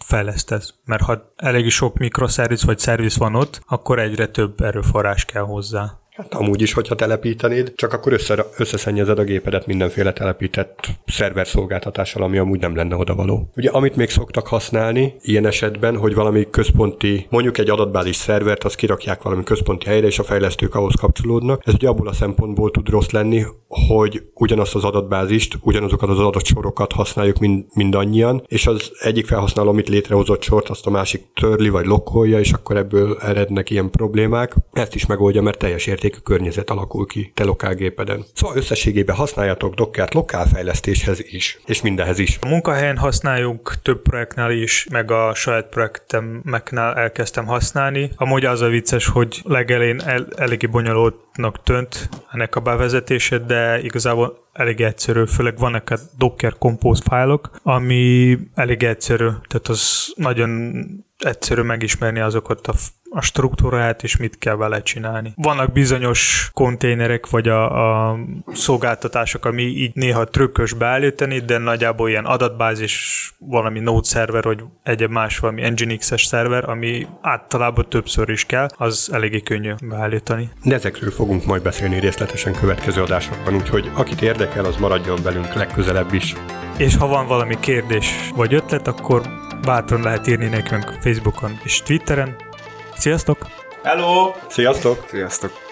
fejlesztesz. Mert ha elég sok mikroszerviz vagy szerviz van ott, akkor egyre több erőforrás kell hozzá. Hát amúgy is, hogyha telepítenéd, csak akkor össze, összeszennyezed a gépedet mindenféle telepített szerverszolgáltatással, ami amúgy nem lenne odavaló. Ugye, amit még szoktak használni ilyen esetben, hogy valami központi, mondjuk egy adatbázis szervert, azt kirakják valami központi helyre, és a fejlesztők ahhoz kapcsolódnak. Ez ugye abból a szempontból tud rossz lenni, hogy ugyanazt az adatbázist, ugyanazokat az adatsorokat használjuk mind, mindannyian, és az egyik felhasználó, amit létrehozott sort, azt a másik törli vagy lokkolja, és akkor ebből erednek ilyen problémák. Ezt is megoldja, mert teljes érték környezet alakul ki te lokálgépeden. Szóval összességében használjátok Dockert lokálfejlesztéshez is, és mindenhez is. A munkahelyen használjuk, több projektnál is, meg a saját projektemeknál elkezdtem használni. Amúgy az a vicces, hogy legelén el, eléggé bonyolultnak tűnt ennek a bevezetése, de igazából elég egyszerű, főleg vannak a Docker Compose fájlok, ami elég egyszerű, tehát az nagyon egyszerű megismerni azokat a, a struktúráját, és mit kell vele csinálni. Vannak bizonyos konténerek, vagy a, a szolgáltatások, ami így néha trükkös beállítani, de nagyjából ilyen adatbázis, valami Node szerver, vagy egyéb más valami Nginx-es szerver, ami általában többször is kell, az eléggé könnyű beállítani. De ezekről fogunk majd beszélni részletesen következő adásokban, úgyhogy akit érdekel, az maradjon velünk legközelebb is. És ha van valami kérdés vagy ötlet, akkor bátran lehet írni nekünk Facebookon és Twitteren. Sziasztok! Hello! Sziasztok! Sziasztok!